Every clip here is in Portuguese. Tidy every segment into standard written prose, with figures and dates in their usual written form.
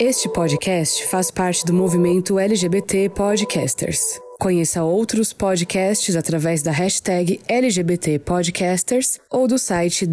Este podcast faz parte do movimento LGBT Podcasters. Conheça outros podcasts através da hashtag LGBT Podcasters ou do site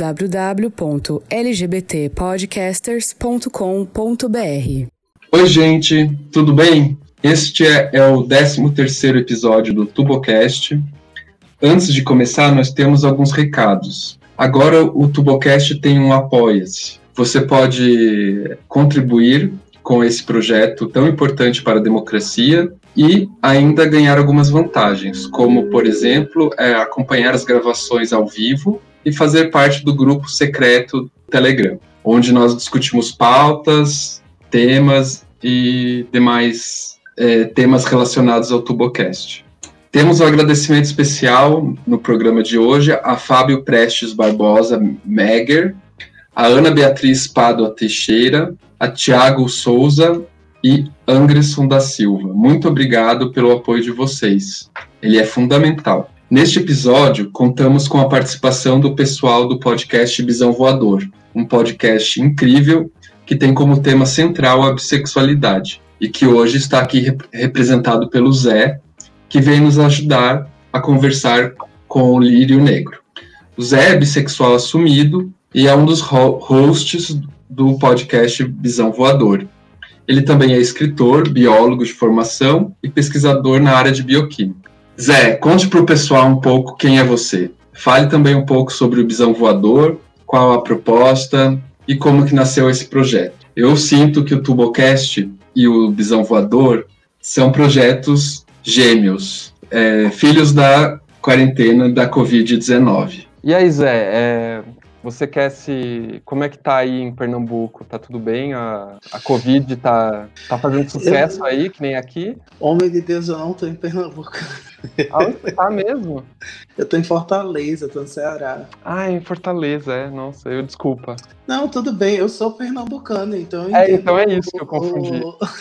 www.lgbtpodcasters.com.br. Oi, gente, tudo bem? Este é o 13º episódio do Tubocast. Antes de começar, nós temos alguns recados. Agora o Tubocast tem um Apoia-se. Você pode contribuir com esse projeto tão importante para a democracia e ainda ganhar algumas vantagens, como, por exemplo, acompanhar as gravações ao vivo e fazer parte do grupo secreto do Telegram, onde nós discutimos pautas, temas e demais temas relacionados ao Tubocast. Temos um agradecimento especial no programa de hoje a Fábio Prestes Barbosa Megger, a Ana Beatriz Pádua Teixeira, a Tiago Souza e Anderson da Silva. Muito obrigado pelo apoio de vocês. Ele é fundamental. Neste episódio, contamos com a participação do pessoal do podcast Bisão Voador, um podcast incrível que tem como tema central a bissexualidade e que hoje está aqui representado pelo Zé, que vem nos ajudar a conversar com o Lírio Negro. O Zé é bissexual assumido e é um dos hosts do podcast Bisão Voador. Ele também é escritor, biólogo de formação e pesquisador na área de bioquímica. Zé, conte para o pessoal um pouco quem é você. Fale também um pouco sobre o Bisão Voador, qual a proposta e como que nasceu esse projeto. Eu sinto que o Tubocast e o Bisão Voador são projetos gêmeos, filhos da quarentena da Covid-19. E aí, Zé, você quer se... Como é que tá aí em Pernambuco? Tá tudo bem? A Covid tá fazendo sucesso aí, que nem aqui? Homem de Deus, eu não tô em Pernambuco. Aonde você tá mesmo? Eu tô em Fortaleza, tô no Ceará. Ah, em Fortaleza, nossa, desculpa. Não, tudo bem, eu sou pernambucano, então eu entendo. Então é isso que eu confundi.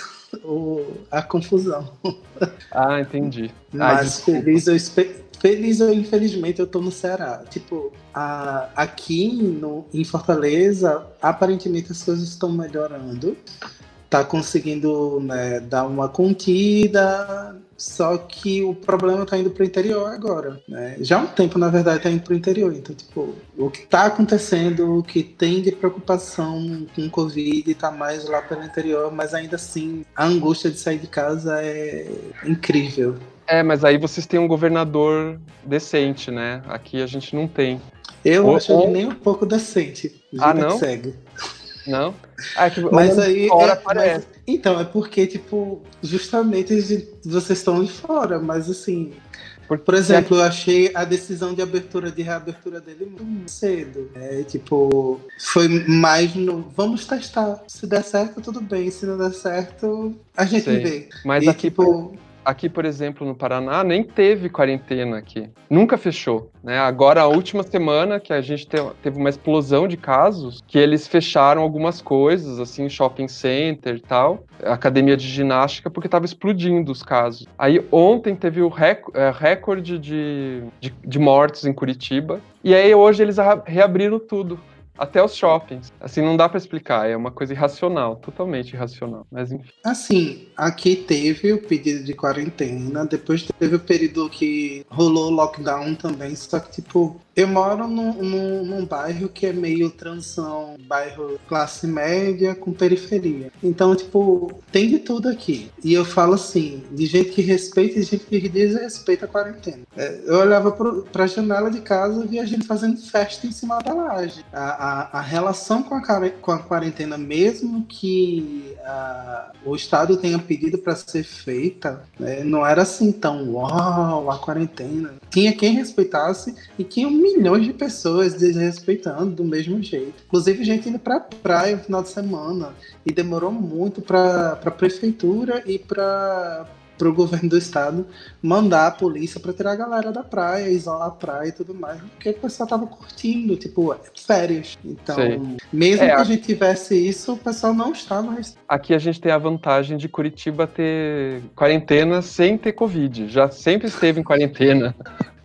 A confusão. Ah, entendi. Mas feliz ou infelizmente eu tô no Ceará. Tipo, aqui em Fortaleza, aparentemente as coisas estão melhorando. Tá conseguindo, né, dar uma contida, só que o problema tá indo pro interior agora, né? Já há um tempo, na verdade, tá indo pro interior. Então, tipo, o que tá acontecendo, o que tem de preocupação com o Covid tá mais lá pelo interior, mas ainda assim, a angústia de sair de casa é incrível. Mas aí vocês têm um governador decente, né? Aqui a gente não tem. Eu acho ele nem um pouco decente. Não? Segue. Não? Mas aí aparece. Então, é porque, tipo, justamente vocês estão de fora, mas assim... Por exemplo, eu achei a decisão de reabertura dele muito cedo. Tipo, foi mais no... Vamos testar. Se der certo, tudo bem. Se não der certo, a gente vê. Mas aqui, aqui, por exemplo, no Paraná, nem teve quarentena aqui. Nunca fechou, né? Agora, a última semana que a gente teve uma explosão de casos, que eles fecharam algumas coisas, assim, shopping center e tal, academia de ginástica, porque estava explodindo os casos. Aí, ontem teve o recorde de mortes em Curitiba, e aí hoje eles reabriram tudo. Até os shoppings. Assim, não dá pra explicar. É uma coisa irracional. Totalmente irracional. Mas enfim. Assim, aqui teve o pedido de quarentena. Depois teve o período que rolou o lockdown também. Só que, tipo, eu moro num bairro que é meio transição. Bairro classe média com periferia. Então, tipo, tem de tudo aqui. E eu falo assim, de gente que respeita e de gente que desrespeita a quarentena. Eu olhava pra janela de casa e via gente fazendo festa em cima da laje. A relação com a quarentena, mesmo que o Estado tenha pedido para ser feita, né, não era assim tão uau, a quarentena. Tinha quem respeitasse e tinha milhões de pessoas desrespeitando do mesmo jeito. Inclusive gente indo para praia no final de semana. E demorou muito para a prefeitura e para o governo do estado mandar a polícia para tirar a galera da praia, isolar a praia e tudo mais, porque o pessoal tava curtindo, tipo, férias. Então, mesmo que a gente tivesse isso, o pessoal não estava... Aqui a gente tem a vantagem de Curitiba ter quarentena sem ter Covid. Já sempre esteve em quarentena.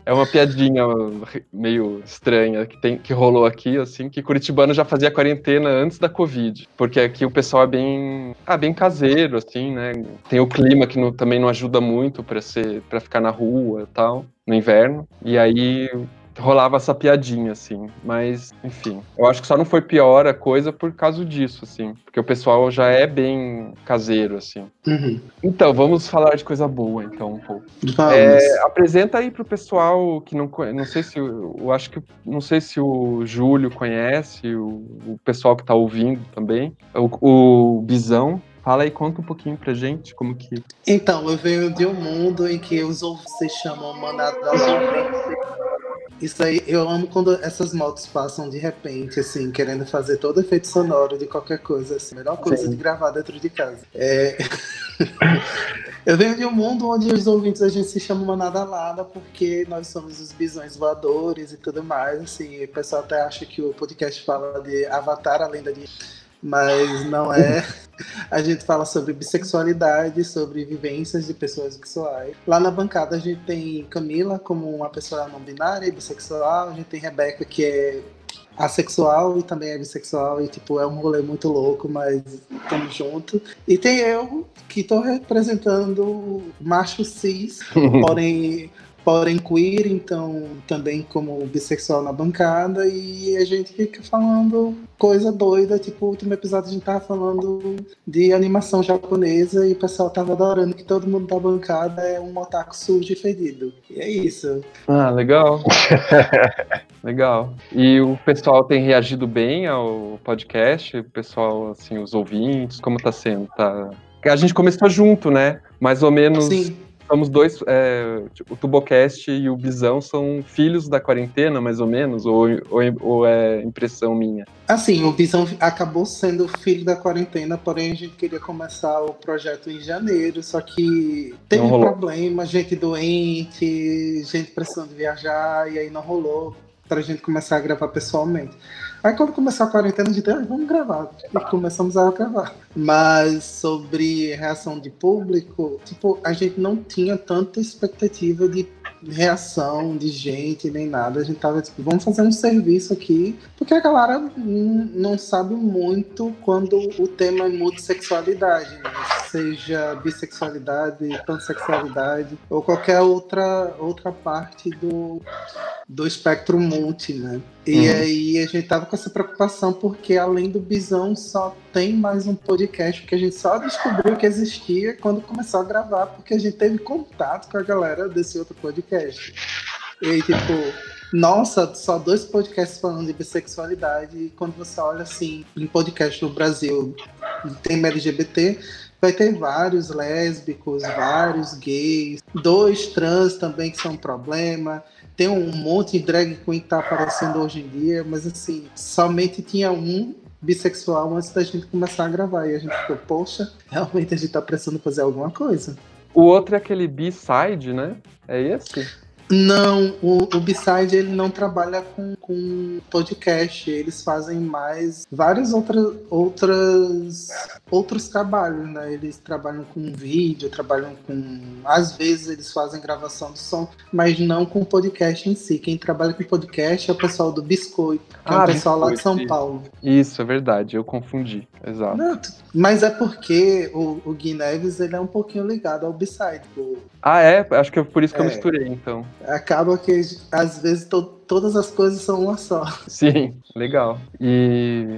É uma piadinha meio estranha que rolou aqui, assim, que curitibano já fazia quarentena antes da Covid, porque aqui o pessoal é bem caseiro, assim, né? Tem o clima que também não ajuda muito pra ficar na rua e tal, no inverno, e aí rolava essa piadinha, assim, mas, enfim, eu acho que só não foi pior a coisa por causa disso, assim, porque o pessoal já é bem caseiro, assim. Uhum. Então, vamos falar de coisa boa, então, um pouco. Vamos. Apresenta aí pro pessoal que não sei se, não sei se o Júlio conhece, o pessoal que tá ouvindo também, o Bizão. Fala aí, conta um pouquinho pra gente como que... Então, eu venho de um mundo em que os ouvintes se chamam manada ouvinte. Isso aí, eu amo quando essas motos passam de repente, assim, querendo fazer todo efeito sonoro de qualquer coisa, assim. A melhor coisa de gravar dentro de casa. Eu venho de um mundo onde os ouvintes a gente se chama manada alada porque nós somos os bisões voadores e tudo mais, assim. O pessoal até acha que o podcast fala de Avatar, a lenda de... Mas não é. A gente fala sobre bissexualidade, sobre vivências de pessoas bissexuais. Lá na bancada a gente tem Camila como uma pessoa não binária e bissexual. A gente tem Rebeca, que é assexual e também é bissexual. E tipo, é um rolê muito louco, mas estamos juntos. E tem eu, que estou representando macho cis, porém queer, então também como bissexual na bancada, e a gente fica falando coisa doida, tipo, o último episódio a gente tava falando de animação japonesa e o pessoal tava adorando que todo mundo da bancada é um otaku sujo e fedido. E é isso. Ah, legal. Legal. E o pessoal tem reagido bem ao podcast? O pessoal, assim, os ouvintes, como tá sendo? A gente começou junto, né? Mais ou menos... Sim. Somos dois, o Tubocast e o Bizão são filhos da quarentena, mais ou menos, ou é impressão minha? Assim, o Bizão acabou sendo filho da quarentena, porém a gente queria começar o projeto em janeiro, só que teve problema, gente doente, gente precisando viajar, e aí não rolou pra gente começar a gravar pessoalmente. Aí quando começou a quarentena, a gente disse, vamos gravar. E começamos a gravar. Mas sobre reação de público, tipo, a gente não tinha tanta expectativa de reação de gente, nem nada. A gente tava tipo, vamos fazer um serviço aqui, porque a galera não sabe muito quando o tema é multissexualidade, né? Seja bissexualidade, pansexualidade, ou qualquer outra parte do espectro multi, né? E aí a gente tava com essa preocupação porque além do Bizão só tem mais um podcast que a gente só descobriu que existia quando começou a gravar, porque a gente teve contato com a galera desse outro podcast. E aí, tipo, nossa, só 2 podcasts falando de bissexualidade, e quando você olha assim, em podcast no Brasil, tem LGBT, vai ter vários lésbicos, vários gays, 2 trans também que são um problema. Tem um monte de drag queen que tá aparecendo hoje em dia, mas assim, somente tinha um bissexual antes da gente começar a gravar. E a gente ficou, poxa, realmente a gente tá precisando fazer alguma coisa. O outro é aquele B-side, né? É esse? Não, o B-Side ele não trabalha com podcast, eles fazem mais vários outros trabalhos, né? Eles trabalham com vídeo, às vezes eles fazem gravação de som, mas não com podcast em si. Quem trabalha com podcast é o pessoal do Biscoito, que é um pessoal lá de São Paulo. Isso, é verdade, eu confundi, exato. Não, mas é porque o Gui Neves ele é um pouquinho ligado ao B-Side. Ah, é? Acho que é por isso que eu misturei, então. Acaba que, às vezes, todas as coisas são uma só. Sim, legal. E...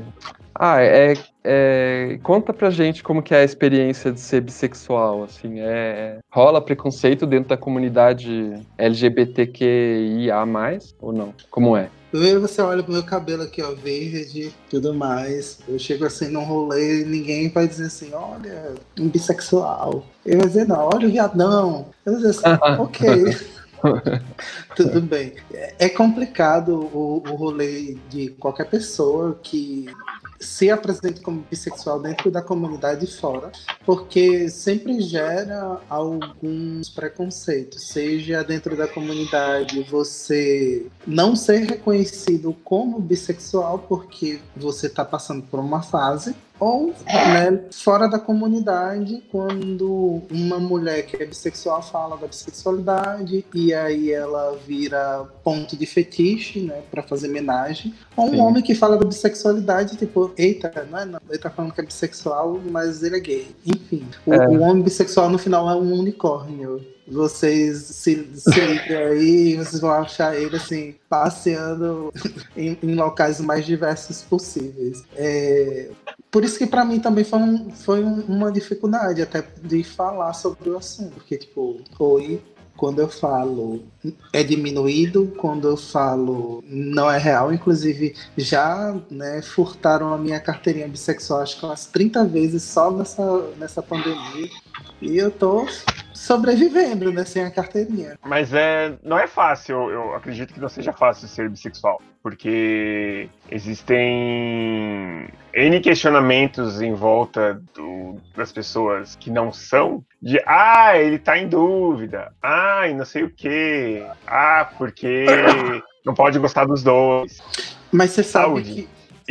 conta pra gente como que é a experiência de ser bissexual, assim, rola preconceito dentro da comunidade LGBTQIA+, ou não? Como é? Primeiro você olha pro meu cabelo aqui, ó, verde, tudo mais. Eu chego assim num rolê e ninguém vai dizer assim, olha, um bissexual. Ele vai dizer, não, olha o viadão. Eu vou dizer assim, ok. Tudo bem. É complicado o rolê de qualquer pessoa que se apresenta como bissexual dentro da comunidade e fora, porque sempre gera alguns preconceitos, seja dentro da comunidade você não ser reconhecido como bissexual porque você está passando por uma fase, ou, né, fora da comunidade, quando uma mulher que é bissexual fala da bissexualidade e aí ela vira ponto de fetiche, né, pra fazer homenagem, ou um homem que fala da bissexualidade, tipo, eita, não, ele tá falando que é bissexual, mas ele é gay. Enfim, o homem bissexual no final é um unicórnio. Vocês se ligam aí, vocês vão achar ele assim, passeando em locais mais diversos possíveis. Por isso que pra mim também foi uma dificuldade até de falar sobre o assunto, porque tipo, quando eu falo é diminuído, quando eu falo não é real, inclusive já, né, furtaram a minha carteirinha bissexual acho que umas 30 vezes só nessa pandemia, e eu tô sobrevivendo, né, sem a carteirinha. Mas não é fácil, eu acredito que não seja fácil ser bissexual, porque existem N questionamentos em volta das pessoas que não são, de ele tá em dúvida, e não sei o quê, porque não pode gostar dos dois. Mas você sabe que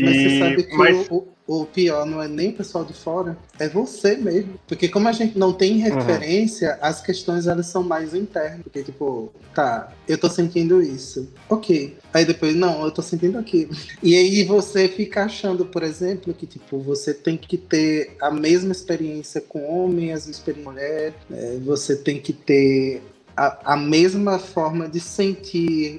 o pior não é nem o pessoal de fora, é você mesmo. Porque como a gente não tem referência, as questões elas são mais internas. Porque tipo, eu tô sentindo isso. Ok. Aí depois, não, eu tô sentindo aquilo. E aí você fica achando, por exemplo, que tipo, você tem que ter a mesma experiência com homem, as experiências com mulher. Você tem que ter a mesma forma de sentir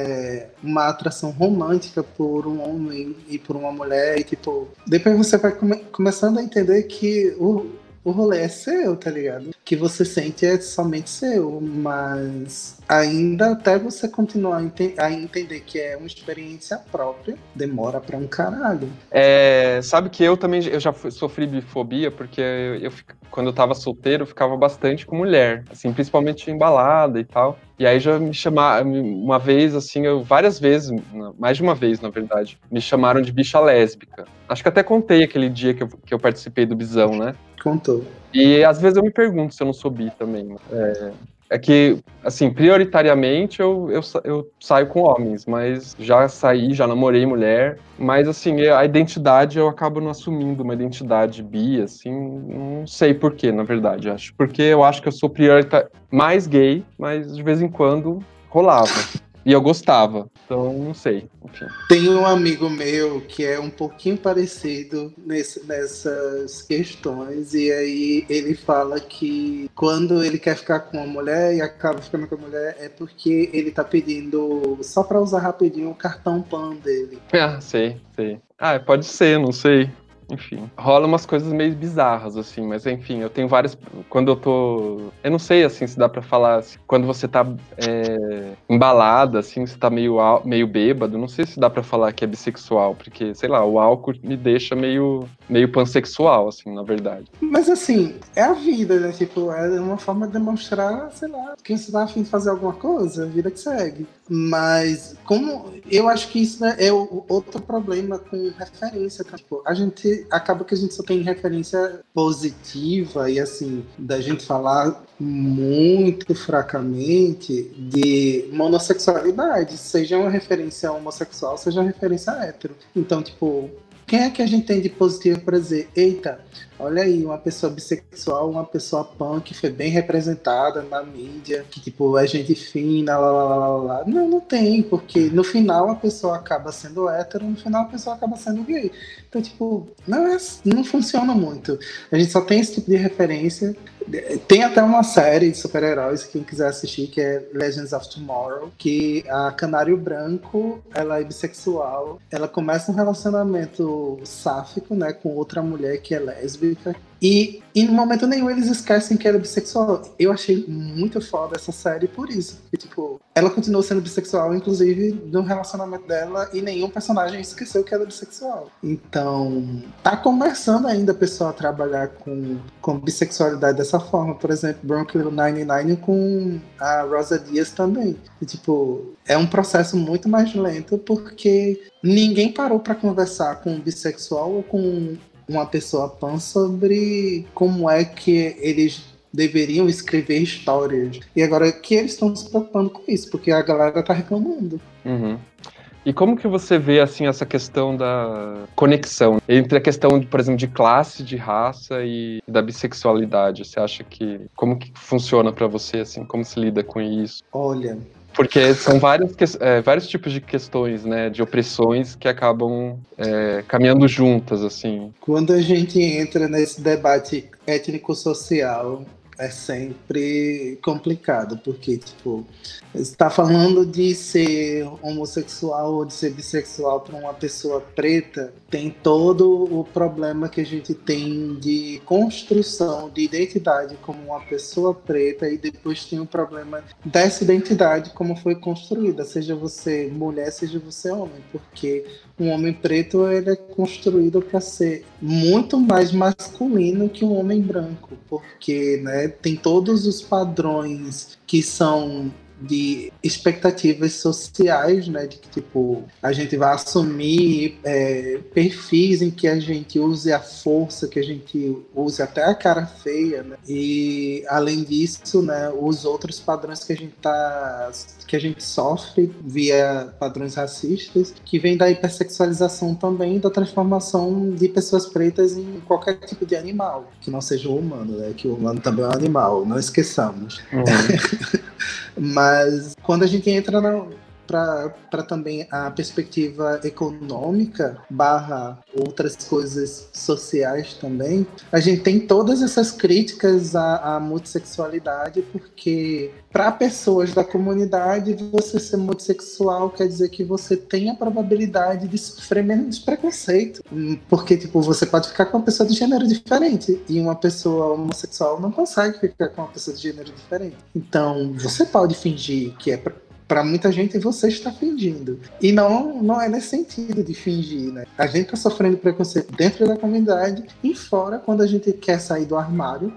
uma atração romântica por um homem e por uma mulher, e tipo, depois você vai começando a entender que o rolê é seu, tá ligado? Que você sente é somente seu, mas ainda até você continuar a entender que é uma experiência própria, demora pra um caralho. Sabe que eu já sofri bifobia, porque quando eu tava solteiro, eu ficava bastante com mulher, assim, principalmente em balada e tal. E aí já me chamaram, uma vez, assim, várias vezes, mais de uma vez, na verdade, me chamaram de bicha lésbica. Acho que até contei aquele dia que eu participei do Bisão, né? Contou. E às vezes eu me pergunto se eu não sou bi também. É que, assim, prioritariamente eu saio com homens, mas já namorei mulher. Mas, assim, a identidade eu acabo não assumindo uma identidade bi, assim, não sei porquê, na verdade. Porque eu acho que eu sou mais gay, mas de vez em quando rolava. E eu gostava, então não sei, enfim. Tem um amigo meu que é um pouquinho parecido nessas questões, e aí ele fala que quando ele quer ficar com uma mulher e acaba ficando com a mulher é porque ele tá pedindo, só pra usar rapidinho, o cartão PAN dele. Sei. Pode ser, não sei. Enfim, rola umas coisas meio bizarras, assim, mas enfim, eu tenho várias. Quando eu tô. Eu não sei, assim, se dá pra falar. Assim, quando você tá embalada, assim, você tá meio bêbado, não sei se dá pra falar que é bissexual, porque, sei lá, o álcool me deixa meio pansexual, assim, na verdade. Mas, assim, é a vida, né? Tipo, é uma forma de demonstrar, sei lá, que você tá afim de fazer alguma coisa, a vida que segue. Mas, como. Eu acho que isso, né, é outro problema com referência. Tá? Tipo, acaba que a gente só tem referência positiva e assim, da gente falar muito fracamente de monossexualidade, seja uma referência homossexual, seja uma referência hétero. Então, tipo, quem é que a gente tem de positivo para dizer, eita, olha aí, uma pessoa bissexual, uma pessoa pan que foi bem representada na mídia, que tipo, é gente fina, lá. Não tem, porque no final a pessoa acaba sendo hétero, no final a pessoa acaba sendo gay. Então, tipo, não funciona muito. A gente só tem esse tipo de referência. Tem até uma série de super-heróis, quem quiser assistir, que é Legends of Tomorrow, que a Canário Branco, ela é bissexual, ela começa um relacionamento sáfico, né, com outra mulher que é lésbica, e em momento nenhum eles esquecem que ela é bissexual. Eu achei muito foda essa série por isso, porque, tipo, ela continuou sendo bissexual, inclusive, no relacionamento dela, e nenhum personagem esqueceu que ela é bissexual. Então, tá começando ainda a pessoa a trabalhar com bissexualidade dessa forma. Por exemplo, Brooklyn Nine-Nine com a Rosa Diaz também. E, tipo, é um processo muito mais lento, porque ninguém parou pra conversar com um bissexual ou com uma pessoa pan sobre como é que eles deveriam escrever histórias. E agora que eles estão se preocupando com isso, porque a galera tá reclamando. Uhum. E como que você vê, assim, essa questão da conexão entre a questão, por exemplo, de classe, de raça e da bissexualidade? Você acha que... Como que funciona pra você, assim? Como se lida com isso? Olha, Porque são vários tipos de questões, né? De opressões que acabam caminhando juntas, assim. quando a gente entra nesse debate étnico-social, é sempre complicado, porque, tipo, você está falando de ser homossexual ou de ser bissexual para uma pessoa preta, tem todo o problema que a gente tem de construção de identidade como uma pessoa preta, e depois tem o problema dessa identidade como foi construída, seja você mulher, seja você homem, porque um homem preto ele é construído para ser muito mais masculino que um homem branco, porque, né, tem todos os padrões que são de expectativas sociais, né, de que, tipo, a gente vai assumir perfis em que a gente use a força, que a gente use até a cara feia, né, e além disso, né, os outros padrões que a gente sofre via padrões racistas, que vem da hipersexualização também, da transformação de pessoas pretas em qualquer tipo de animal, que não seja o humano, né, que o humano também é um animal, não esqueçamos. Mas quando a gente entra para também a perspectiva econômica / outras coisas sociais também, a gente tem todas essas críticas à multissexualidade, porque para pessoas da comunidade, você ser multissexual quer dizer que você tem a probabilidade de sofrer menos preconceito, porque, tipo, você pode ficar com uma pessoa de gênero diferente e uma pessoa homossexual não consegue ficar com uma pessoa de gênero diferente. Então, você pode fingir que é para muita gente você está fingindo. E não é nesse sentido de fingir, né? A gente está sofrendo preconceito dentro da comunidade e fora, quando a gente quer sair do armário,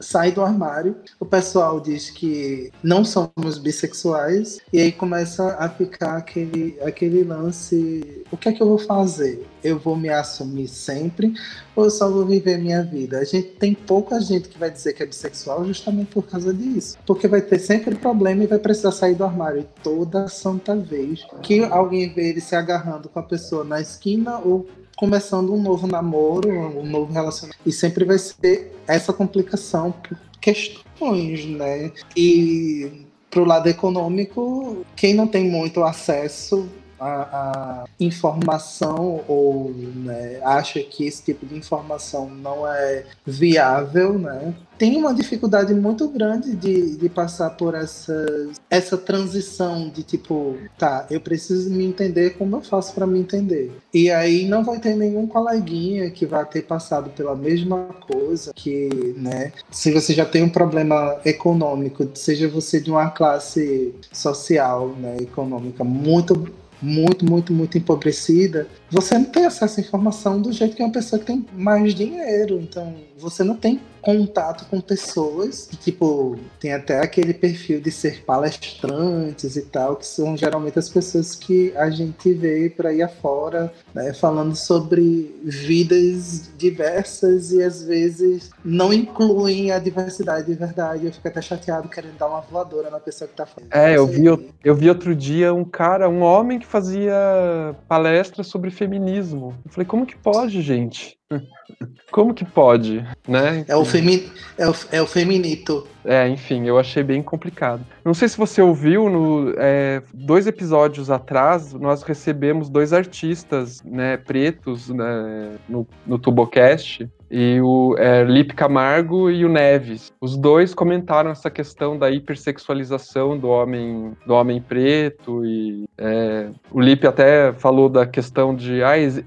o pessoal diz que não somos bissexuais, e aí começa a ficar aquele lance: o que é que eu vou fazer? Eu vou me assumir sempre ou eu só vou viver minha vida? A gente tem pouca gente que vai dizer que é bissexual justamente por causa disso, porque vai ter sempre problema e vai precisar sair do armário. E toda santa vez que alguém vê ele se agarrando com a pessoa na esquina ou começando um novo namoro, um novo relacionamento, e sempre vai ser essa complicação por questões, né? E pro lado econômico, quem não tem muito acesso a informação ou, né, acha que esse tipo de informação não é viável, né, tem uma dificuldade muito grande de passar por essa transição de tipo, tá, eu preciso me entender, como eu faço para me entender? E aí não vai ter nenhum coleguinha que vai ter passado pela mesma coisa, que, né, se você já tem um problema econômico, seja você de uma classe social, né, econômica muito empobrecida, você não tem acesso à informação do jeito que uma pessoa que tem mais dinheiro. Então, você não tem contato com pessoas que, tipo, tem até aquele perfil de ser palestrantes e tal, que são geralmente as pessoas que a gente vê por aí afora, né, falando sobre vidas diversas e às vezes não incluem a diversidade de verdade. Eu fico até chateado querendo dar uma voadora na pessoa que tá falando. Eu vi outro dia um homem que fazia palestra sobre feminismo. Eu falei, como que pode, gente? Como que pode, né? É o feminito. Enfim, eu achei bem complicado. Não sei se você ouviu, 2 episódios atrás, nós recebemos 2 artistas, né, pretos, né, no Tubocast, e o Lipe Camargo e o Neves. Os 2 comentaram essa questão da hipersexualização do homem preto, e o Lipe até falou da questão de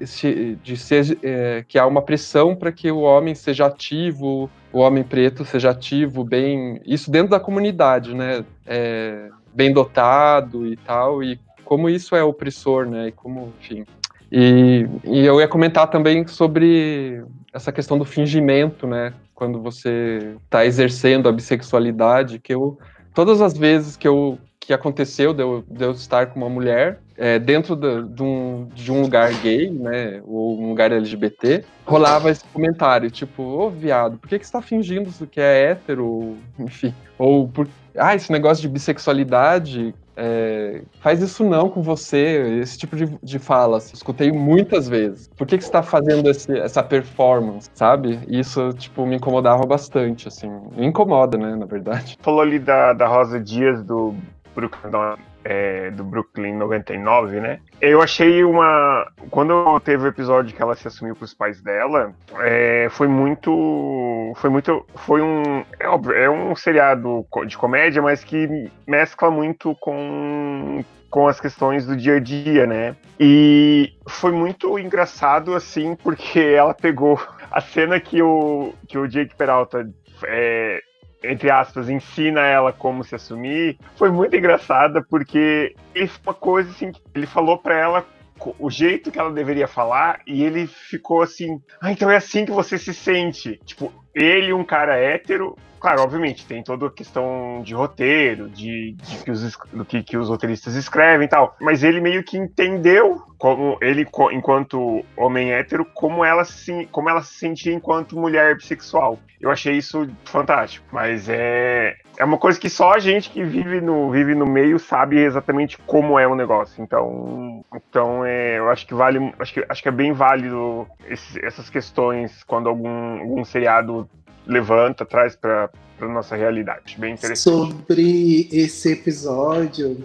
que há uma pressão para que o homem seja ativo, o homem preto seja ativo, bem, isso dentro da comunidade, né, bem dotado e tal, e como isso é opressor, né, e como, enfim. E eu ia comentar também sobre essa questão do fingimento, né, quando você está exercendo a bissexualidade, que todas as vezes que aconteceu de eu estar com uma mulher dentro de um lugar gay, né, ou um lugar LGBT, rolava esse comentário, tipo, ô viado, por que você tá fingindo que é hétero, enfim, ou esse negócio de bissexualidade, faz isso não com você, esse tipo de fala, assim, escutei muitas vezes. Por que você tá fazendo essa performance, sabe? Isso, tipo, me incomodava bastante, assim. Me incomoda, né, na verdade. Falou ali da Rosa Dias, do Brooklyn 99, né? Eu achei quando teve o episódio que ela se assumiu pros pais dela, foi um seriado de comédia, mas que mescla muito com as questões do dia a dia, né? E foi muito engraçado, assim, porque ela pegou a cena que o Jake Peralta entre aspas, ensina ela como se assumir, foi muito engraçada, porque uma coisa assim, ele falou pra ela o jeito que ela deveria falar, e ele ficou assim, então é assim que você se sente. Tipo, ele, um cara hétero, claro, obviamente, tem toda a questão de roteiro, do que os roteiristas escrevem e tal, mas ele meio que entendeu, como ele, enquanto homem hétero, como ela se sentia enquanto mulher bissexual. Eu achei isso fantástico, mas é uma coisa que só a gente que vive no meio sabe exatamente como é o negócio. Então eu acho que acho que é bem válido essas questões quando algum seriado levanta, traz para nossa realidade. Bem interessante. Sobre esse episódio,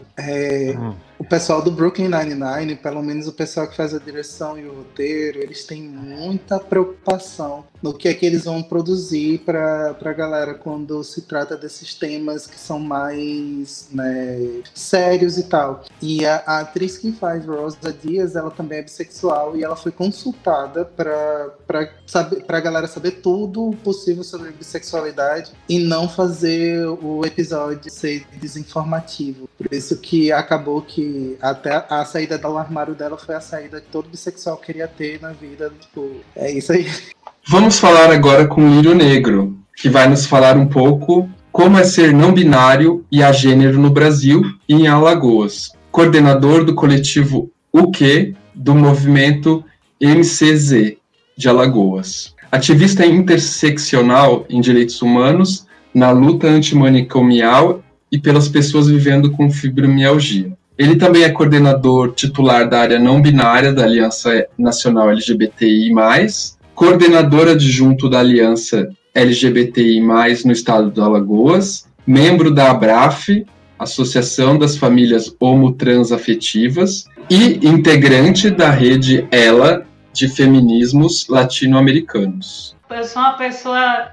o pessoal do Brooklyn Nine-Nine, pelo menos o pessoal que faz a direção e o roteiro, eles têm muita preocupação no que é que eles vão produzir para a galera quando se trata desses temas que são mais, né, sérios e tal. E a atriz que faz Rosa Dias, ela também é bissexual e ela foi consultada para a galera saber tudo possível sobre bissexualidade e não fazer o episódio ser desinformativo. Por isso que acabou que até a saída do armário dela foi a saída que todo bissexual queria ter na vida. Tipo, é isso aí. Vamos falar agora com o Lírio Negro, que vai nos falar um pouco como é ser não binário e agênero no Brasil e em Alagoas. Coordenador do coletivo O Quê? Do movimento MCZ de Alagoas. Ativista interseccional em direitos humanos, na luta antimanicomial e pelas pessoas vivendo com fibromialgia. Ele também é coordenador titular da área não binária da Aliança Nacional LGBTI+, coordenador adjunto da Aliança LGBTI+, no estado do Alagoas, membro da ABRAF, Associação das Famílias Homo-Transafetivas, e integrante da rede ELA de feminismos latino-americanos. Eu sou uma pessoa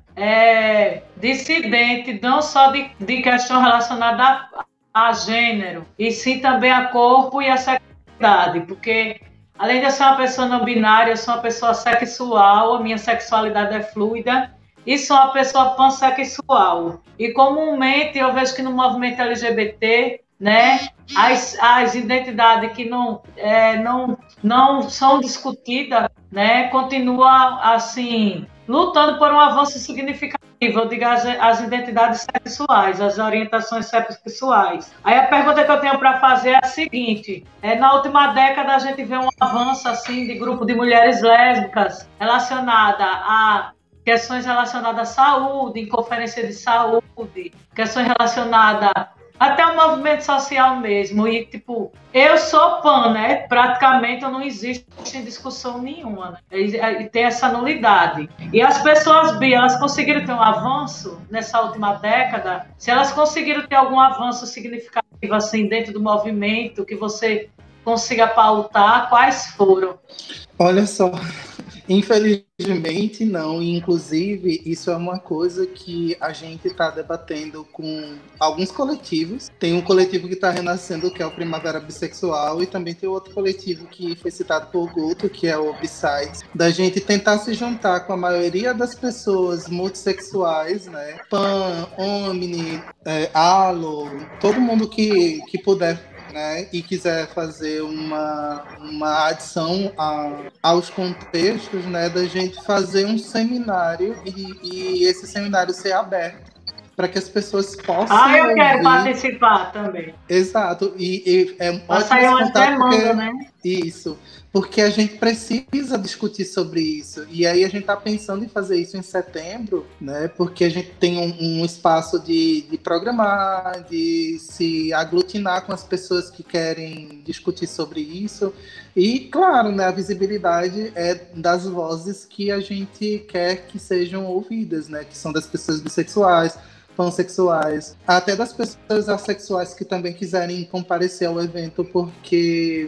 dissidente, não só de questão relacionada a gênero, e sim também a corpo e a sexualidade, porque além de eu ser uma pessoa não binária, eu sou uma pessoa sexual, a minha sexualidade é fluida, e sou uma pessoa pansexual. E comumente eu vejo que no movimento LGBT, né, as identidades que não são discutidas, né, continuam assim, lutando por um avanço significativo, eu digo as identidades sexuais, as orientações sexuais. Aí a pergunta que eu tenho para fazer é a seguinte: na última década a gente vê um avanço assim de grupo de mulheres lésbicas relacionada a questões relacionadas à saúde, em conferência de saúde, questões relacionadas até o movimento social mesmo. E, tipo, eu sou pan, né? Praticamente não existe discussão nenhuma, né? E tem essa nulidade. E as pessoas bi, elas conseguiram ter um avanço nessa última década? Se elas conseguiram ter algum avanço significativo, assim, dentro do movimento, que você consiga pautar, quais foram? Olha só, infelizmente não. Inclusive, isso é uma coisa que a gente está debatendo com alguns coletivos. Tem um coletivo que está renascendo, que é o Primavera Bissexual, e também tem outro coletivo que foi citado por Guto, que é o Besides, da gente tentar se juntar com a maioria das pessoas multissexuais, né? Pan, Omni, Alo, todo mundo que puder, né, e quiser fazer uma adição aos contextos, né, da gente fazer um seminário e esse seminário ser aberto para que as pessoas possam eu quero participar também. Exato. E é ótimo sair uma demanda, né? Isso. porque a gente precisa discutir sobre isso. E aí a gente está pensando em fazer isso em setembro, né? Porque a gente tem um espaço de programar, de se aglutinar com as pessoas que querem discutir sobre isso. E, claro, né, a visibilidade é das vozes que a gente quer que sejam ouvidas, né? Que são das pessoas bissexuais, pansexuais, até das pessoas assexuais que também quiserem comparecer ao evento, porque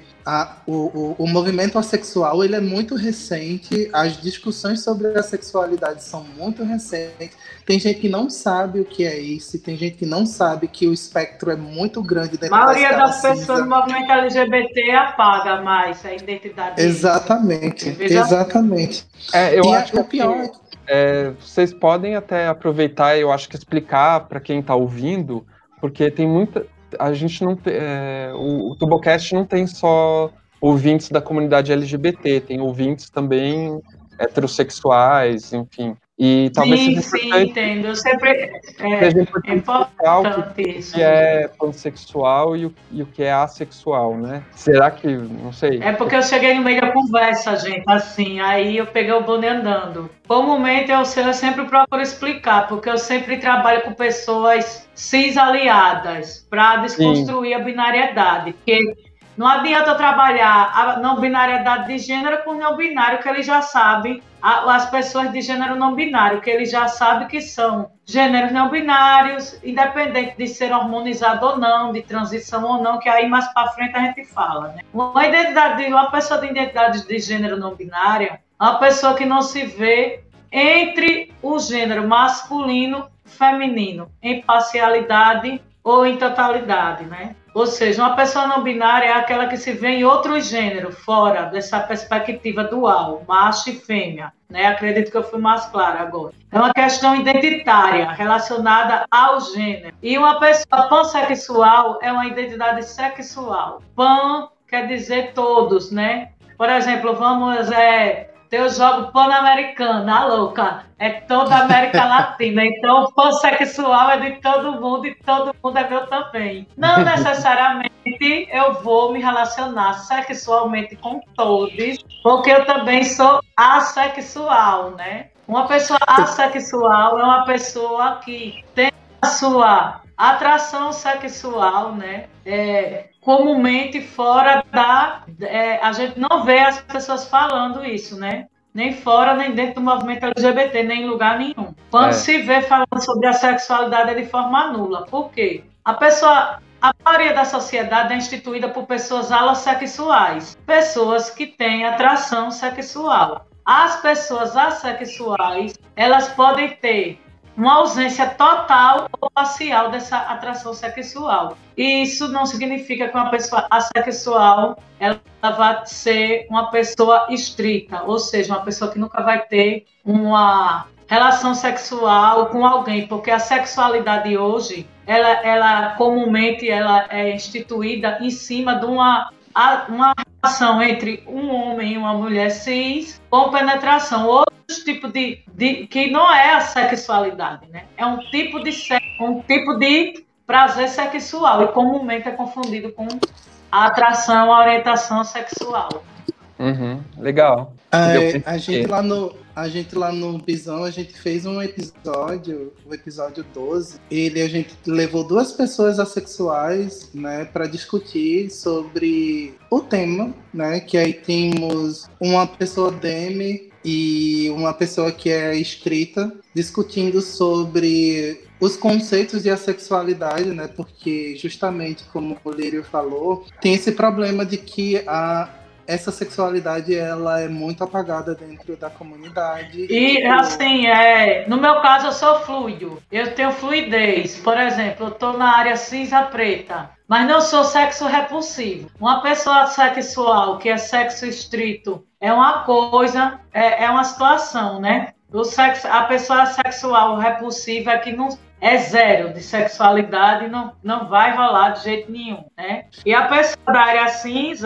o movimento assexual ele é muito recente, as discussões sobre a sexualidade são muito recentes, tem gente que não sabe o que é isso, tem gente que não sabe que o espectro é muito grande dentro a maioria da das pessoas no movimento LGBT apaga mais a identidade. Exatamente, exatamente. Eu acho que o pior vocês podem até aproveitar, eu acho que explicar para quem está ouvindo, porque tem muita. A gente não tem. O Tubocast não tem só ouvintes da comunidade LGBT, tem ouvintes também heterossexuais, enfim. E talvez sim, entendo. Eu sempre seja importante isso. O que é pansexual e o que é assexual, né? Será que, não sei. É porque eu cheguei no meio da conversa, gente, assim, aí eu peguei o bonde andando. Comumente eu sempre procuro explicar, porque eu sempre trabalho com pessoas cis aliadas para desconstruir a binariedade, porque não adianta eu trabalhar a não binariedade de gênero com não binário, que eles já sabem, as pessoas de gênero não binário, que eles já sabem que são gêneros não binários, independente de ser hormonizado ou não, de transição ou não, que aí mais para frente a gente fala, né? Uma pessoa de identidade de gênero não binária é uma pessoa que não se vê entre o gênero masculino e feminino, em parcialidade ou em totalidade, né? Ou seja, uma pessoa não binária é aquela que se vê em outro gênero, fora dessa perspectiva dual, macho e fêmea, né? Acredito que eu fui mais clara agora. É uma questão identitária relacionada ao gênero. E uma pessoa pansexual é uma identidade sexual. Pan quer dizer todos, né? Por exemplo, vamos... eu jogo pan-americano, a louca, é toda a América Latina, então pansexual é de todo mundo e todo mundo é meu também. Não necessariamente eu vou me relacionar sexualmente com todos, porque eu também sou assexual, né? Uma pessoa assexual é uma pessoa que tem a sua atração sexual, né? Comumente fora a gente não vê as pessoas falando isso, né? Nem fora, nem dentro do movimento LGBT, nem em lugar nenhum. Quando se vê falando sobre a sexualidade é de forma nula. Por quê? A maioria da sociedade é instituída por pessoas alossexuais, pessoas que têm atração sexual. As pessoas assexuais, elas podem ter uma ausência total ou parcial dessa atração sexual. E isso não significa que uma pessoa assexual ela vai ser uma pessoa estrita, ou seja, uma pessoa que nunca vai ter uma relação sexual com alguém, porque a sexualidade hoje, ela comumente ela é instituída em cima de uma relação entre um homem e uma mulher cis com penetração. Outros tipos que não é a sexualidade, né? É um tipo de sexo, um tipo de prazer sexual e comumente é confundido com a atração, a orientação sexual. Legal. A gente lá no Bisão, a gente fez um episódio, o episódio 12. A gente levou 2 pessoas assexuais, né, para discutir sobre o tema, né, que aí temos uma pessoa demi e uma pessoa que é estrita, discutindo sobre os conceitos de assexualidade, né, porque justamente como o Lírio falou, tem esse problema de que essa sexualidade ela é muito apagada dentro da comunidade. E assim, no meu caso eu sou fluido, eu tenho fluidez. Por exemplo, eu estou na área cinza preta, mas não sou sexo repulsivo. Uma pessoa sexual que é sexo estrito é uma coisa, é uma situação, né? A pessoa sexual repulsiva é que não é zero de sexualidade, não vai rolar de jeito nenhum, né? E a pessoa da área cinza,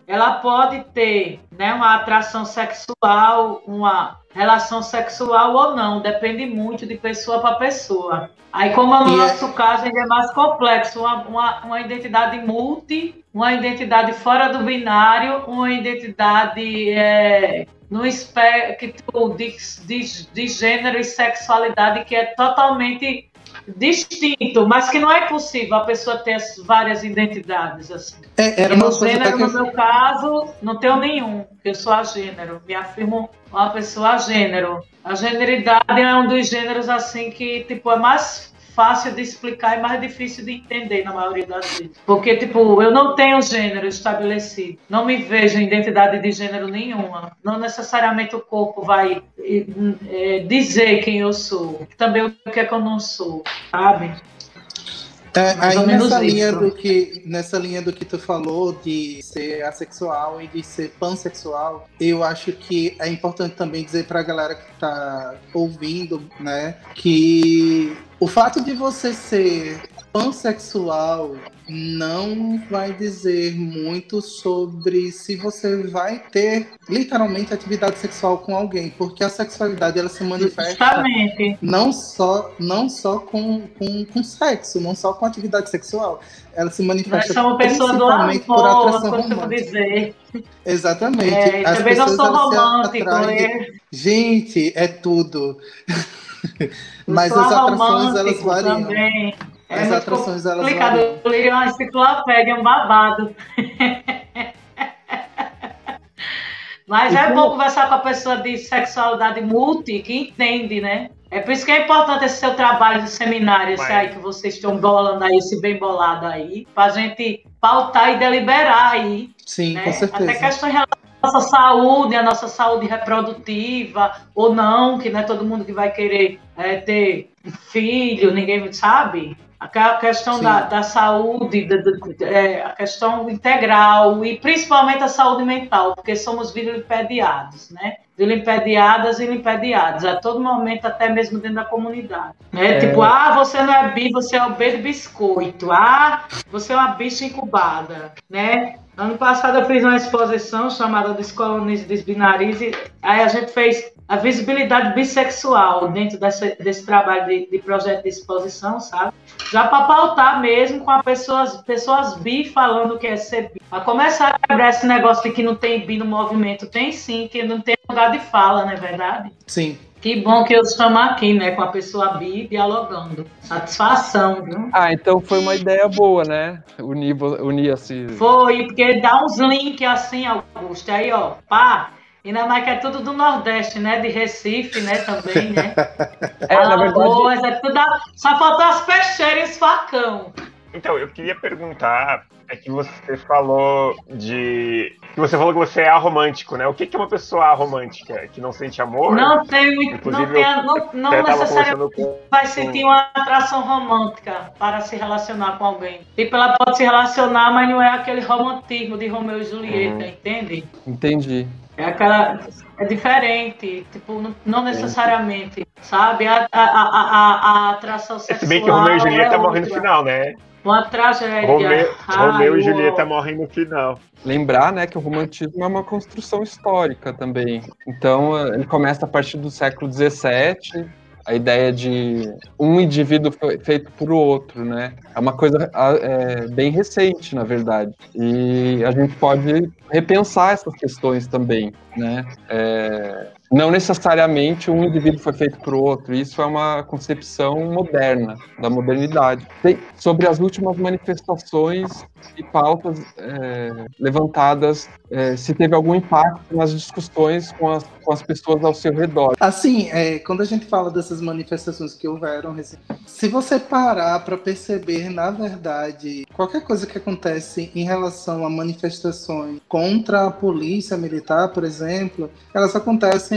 ela pode ter, né, uma atração sexual, uma relação sexual ou não, depende muito de pessoa para pessoa. Aí, como no nosso caso ainda é mais complexo, uma identidade multi, uma identidade fora do binário, uma identidade no espectro de gênero e sexualidade que é totalmente distinto, mas que não é possível a pessoa ter várias identidades. Assim. Era no gênero, no meu caso, não tenho nenhum, eu sou agênero, me afirmo uma pessoa agênero. A generidade é um dos gêneros assim que tipo, é mais fácil de explicar e mais difícil de entender na maioria das vezes. Porque, tipo, eu não tenho gênero estabelecido. Não me vejo em identidade de gênero nenhuma. Não necessariamente o corpo vai dizer quem eu sou. Também o que é que eu não sou, sabe? Aí nessa linha do que tu falou de ser assexual e de ser pansexual, eu acho que é importante também dizer pra galera que tá ouvindo, né, que o fato de você ser pansexual não vai dizer muito sobre se você vai ter literalmente atividade sexual com alguém, porque a sexualidade ela se manifesta justamente não só com sexo, não só com atividade sexual, ela se manifesta principalmente por atração romântica. Dizer. Exatamente. As também não sou romântico. Gente, é tudo. Mas as atrações elas variam. Também. As atrações elas variam. Eu li uma enciclopédia, um babado. Mas é bom conversar com a pessoa de sexualidade multi, que entende, né? É por isso que é importante esse seu trabalho de seminário, esse aí que vocês estão bolando aí, esse bem bolado aí, pra gente pautar e deliberar aí. Sim, né? Com certeza. Até questões a nossa saúde reprodutiva, ou não, que não é todo mundo que vai querer ter filho, ninguém sabe. A questão da saúde, a questão integral e principalmente a saúde mental, porque somos vilipendiados, né? Vilipendiadas e limpediados, a todo momento, até mesmo dentro da comunidade. Né? Tipo, você não é bi, você é o B de biscoito. Você é uma bicha incubada, né? Ano passado eu fiz uma exposição chamada Descolonize e Desbinarize, aí a gente fez a visibilidade bissexual dentro desse trabalho de projeto de exposição, sabe? Já para pautar mesmo com pessoas bi falando o que é ser bi. Para começar a quebrar esse negócio de que não tem bi no movimento, tem sim, que não tem lugar de fala, não é verdade? Sim. Que bom que eu estamos aqui, né, com a pessoa bi dialogando. Satisfação, viu? Então foi uma ideia boa, né? Unir assim. Foi, porque dá uns links assim, Augusto. Aí, ó, pá. Ainda mais que é tudo do Nordeste, né? De Recife, né? Também, né? Na verdade... é tudo só faltou as peixeiras e os facão. Então, eu queria perguntar, que você falou que você é aromântico, né? O que é uma pessoa aromântica? Que não sente amor? Não necessariamente vai sentir uma atração romântica para se relacionar com alguém. Tipo, ela pode se relacionar, mas não é aquele romantismo de Romeu e Julieta, entende? Entendi. É diferente, tipo, não necessariamente, sabe? A atração sexual. Se bem que Romeu e Julieta morrem no final, né? Uma tragédia. Romeu e Julieta morrem no final. Lembrar, né, que o romantismo é uma construção histórica também. Então, ele começa a partir do século XVII, a ideia de um indivíduo feito por outro, né? É uma coisa bem recente, na verdade. E a gente pode repensar essas questões também, né? Não necessariamente um indivíduo foi feito por outro. Isso é uma concepção moderna, da modernidade. Sobre as últimas manifestações e pautas levantadas, se teve algum impacto nas discussões com as pessoas ao seu redor. Assim, quando a gente fala dessas manifestações que houveram, se você parar para perceber, na verdade, qualquer coisa que acontece em relação a manifestações contra a polícia militar, por exemplo, elas acontecem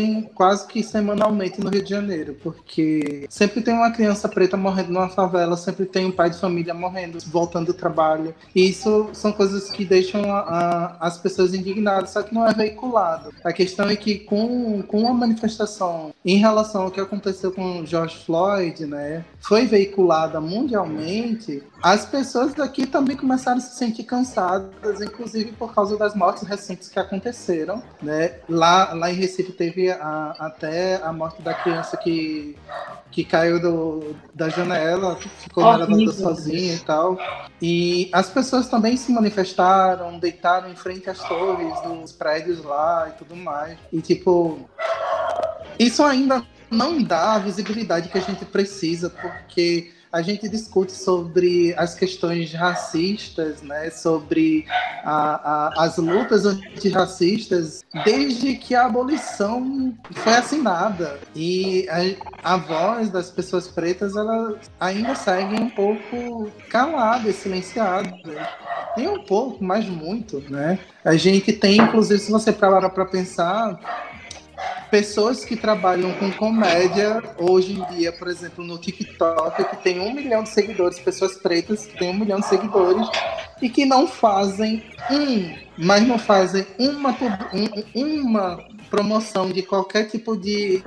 acontecem quase que semanalmente no Rio de Janeiro, porque sempre tem uma criança preta morrendo numa favela, sempre tem um pai de família morrendo, voltando do trabalho. E isso são coisas que deixam as pessoas indignadas, só que não é veiculado. A questão é que com a manifestação em relação ao que aconteceu com George Floyd, né, foi veiculada mundialmente, as pessoas daqui também começaram a se sentir cansadas, inclusive por causa das mortes recentes que aconteceram, né? Lá em Recife teve até a morte da criança que caiu da janela, ficou na elevador sozinha e tal. E as pessoas também se manifestaram, deitaram em frente às torres dos prédios lá e tudo mais. E, tipo, isso ainda não dá a visibilidade que a gente precisa, porque a gente discute sobre as questões racistas, né, sobre as lutas antirracistas desde que a abolição foi assinada. E a voz das pessoas pretas, ela ainda segue um pouco calada e silenciada. Nem um pouco, mas muito, né? A gente tem, inclusive, se você parar para pensar, pessoas que trabalham com comédia hoje em dia, por exemplo, no TikTok, que tem 1 milhão de seguidores, pessoas pretas que têm 1 milhão de seguidores e que não fazem mas não fazem uma promoção de qualquer tipo de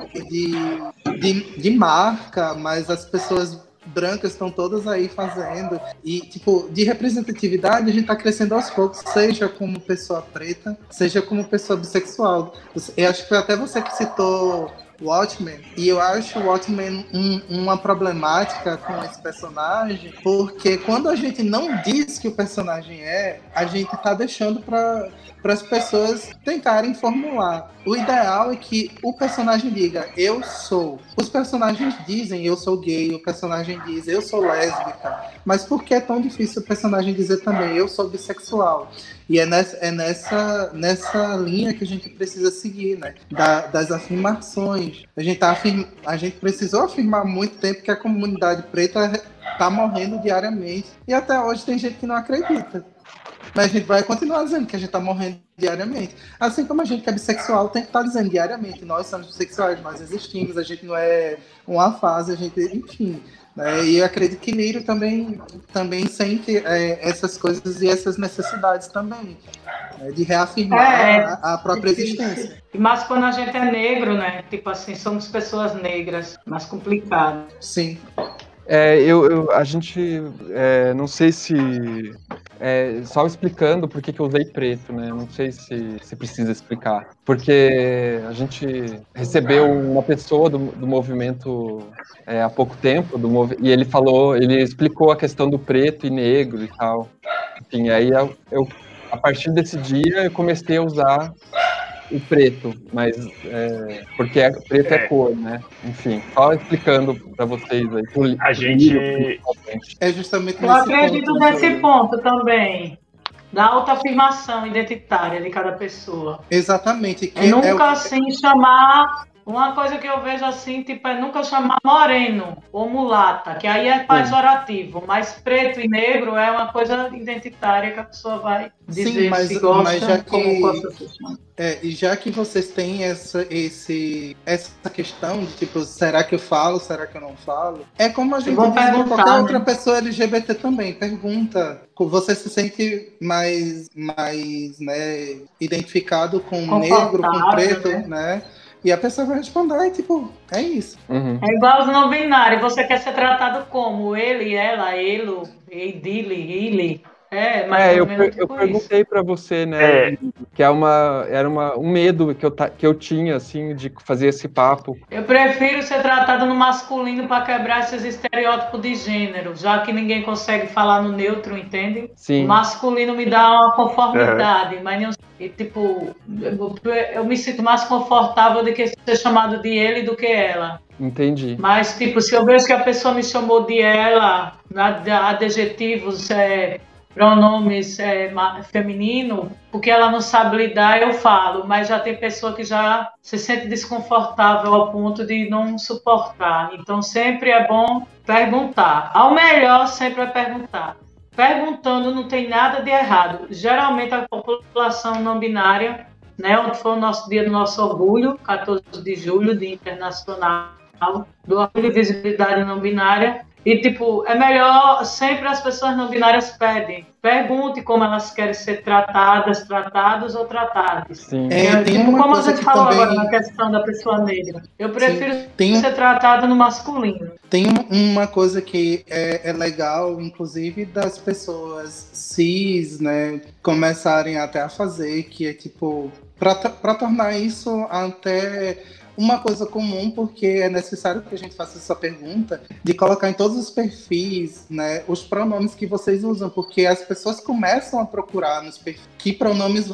marca, mas as pessoas brancas estão todas aí fazendo. E, tipo, de representatividade a gente tá crescendo aos poucos, seja como pessoa preta, seja como pessoa bissexual. Eu acho que foi até você que citou Watchmen, e eu acho o Watchmen uma problemática com esse personagem, porque quando a gente não diz que o personagem a gente tá deixando para as pessoas tentarem formular. O ideal é que o personagem diga, eu sou. Os personagens dizem, eu sou gay, o personagem diz, eu sou lésbica. Mas por que é tão difícil o personagem dizer também, eu sou bissexual? E é nessa linha que a gente precisa seguir, né? Das afirmações. A gente precisou afirmar há muito tempo que a comunidade preta está morrendo diariamente. E até hoje tem gente que não acredita. Mas a gente vai continuar dizendo que a gente está morrendo diariamente. Assim como a gente que é bissexual tem que estar dizendo diariamente, nós somos bissexuais, nós existimos, a gente não é uma fase, a gente, enfim. Né? E eu acredito que Lírio também sente essas coisas e essas necessidades também, né? De reafirmar a própria existência. Mas quando a gente é negro, né? Tipo assim, somos pessoas negras, mais complicado. Sim. A gente, não sei se... só explicando por que eu usei preto, né? Não sei se precisa explicar. Porque a gente recebeu uma pessoa do movimento há pouco tempo, e ele explicou a questão do preto e negro e tal. Enfim, aí a partir desse dia eu comecei a usar o preto, mas porque preto é cor, né? Enfim, só explicando para vocês aí. A gente é justamente eu acredito nesse ponto também, da autoafirmação identitária de cada pessoa. Exatamente. Que nunca assim chamar. Uma coisa que eu vejo assim, tipo, é nunca chamar moreno ou mulata, que aí é pejorativo, mas preto e negro é uma coisa identitária que a pessoa vai dizer. Sim, mas, se gosta, mas já como gosta de chamar. E já que vocês têm essa questão de tipo, será que eu falo, será que eu não falo? É como a gente diz com qualquer outra pessoa LGBT também. Pergunta, você se sente mais né, identificado com negro, com preto, né? E a pessoa vai responder, tipo, é isso. Uhum. É igual os não binários. Você quer ser tratado como? Ele, ela, ele, ele. Mas eu perguntei para você, né, que era um medo que eu tinha, assim, de fazer esse papo. Eu prefiro ser tratado no masculino para quebrar esses estereótipos de gênero, já que ninguém consegue falar no neutro, entende? Sim. O masculino me dá uma conformidade, mas não, tipo, eu me sinto mais confortável de que ser chamado de ele do que ela. Entendi. Mas, tipo, se eu vejo que a pessoa me chamou de ela, adjetivos, pronomes feminino, porque ela não sabe lidar, eu falo, mas já tem pessoa que já se sente desconfortável ao ponto de não suportar. Então sempre é bom perguntar. Ao melhor sempre é perguntar. Perguntando não tem nada de errado. Geralmente a população não binária né? Onde foi o nosso dia do nosso orgulho, 14 de julho, Dia Internacional do Orgulho e Visibilidade Não Binária. E, tipo, é melhor, sempre as pessoas não binárias pedem. Pergunte como elas querem ser tratadas, tratados ou tratadas. Sim. Tipo, como a gente falou agora na questão da pessoa negra. Eu prefiro ser tratada no masculino. Tem uma coisa que é legal, inclusive, das pessoas cis, né, começarem até a fazer, que é, tipo, para tornar isso até uma coisa comum, porque é necessário que a gente faça essa pergunta de colocar em todos os perfis, né, os pronomes que vocês usam, porque as pessoas começam a procurar nos perfis que pronomes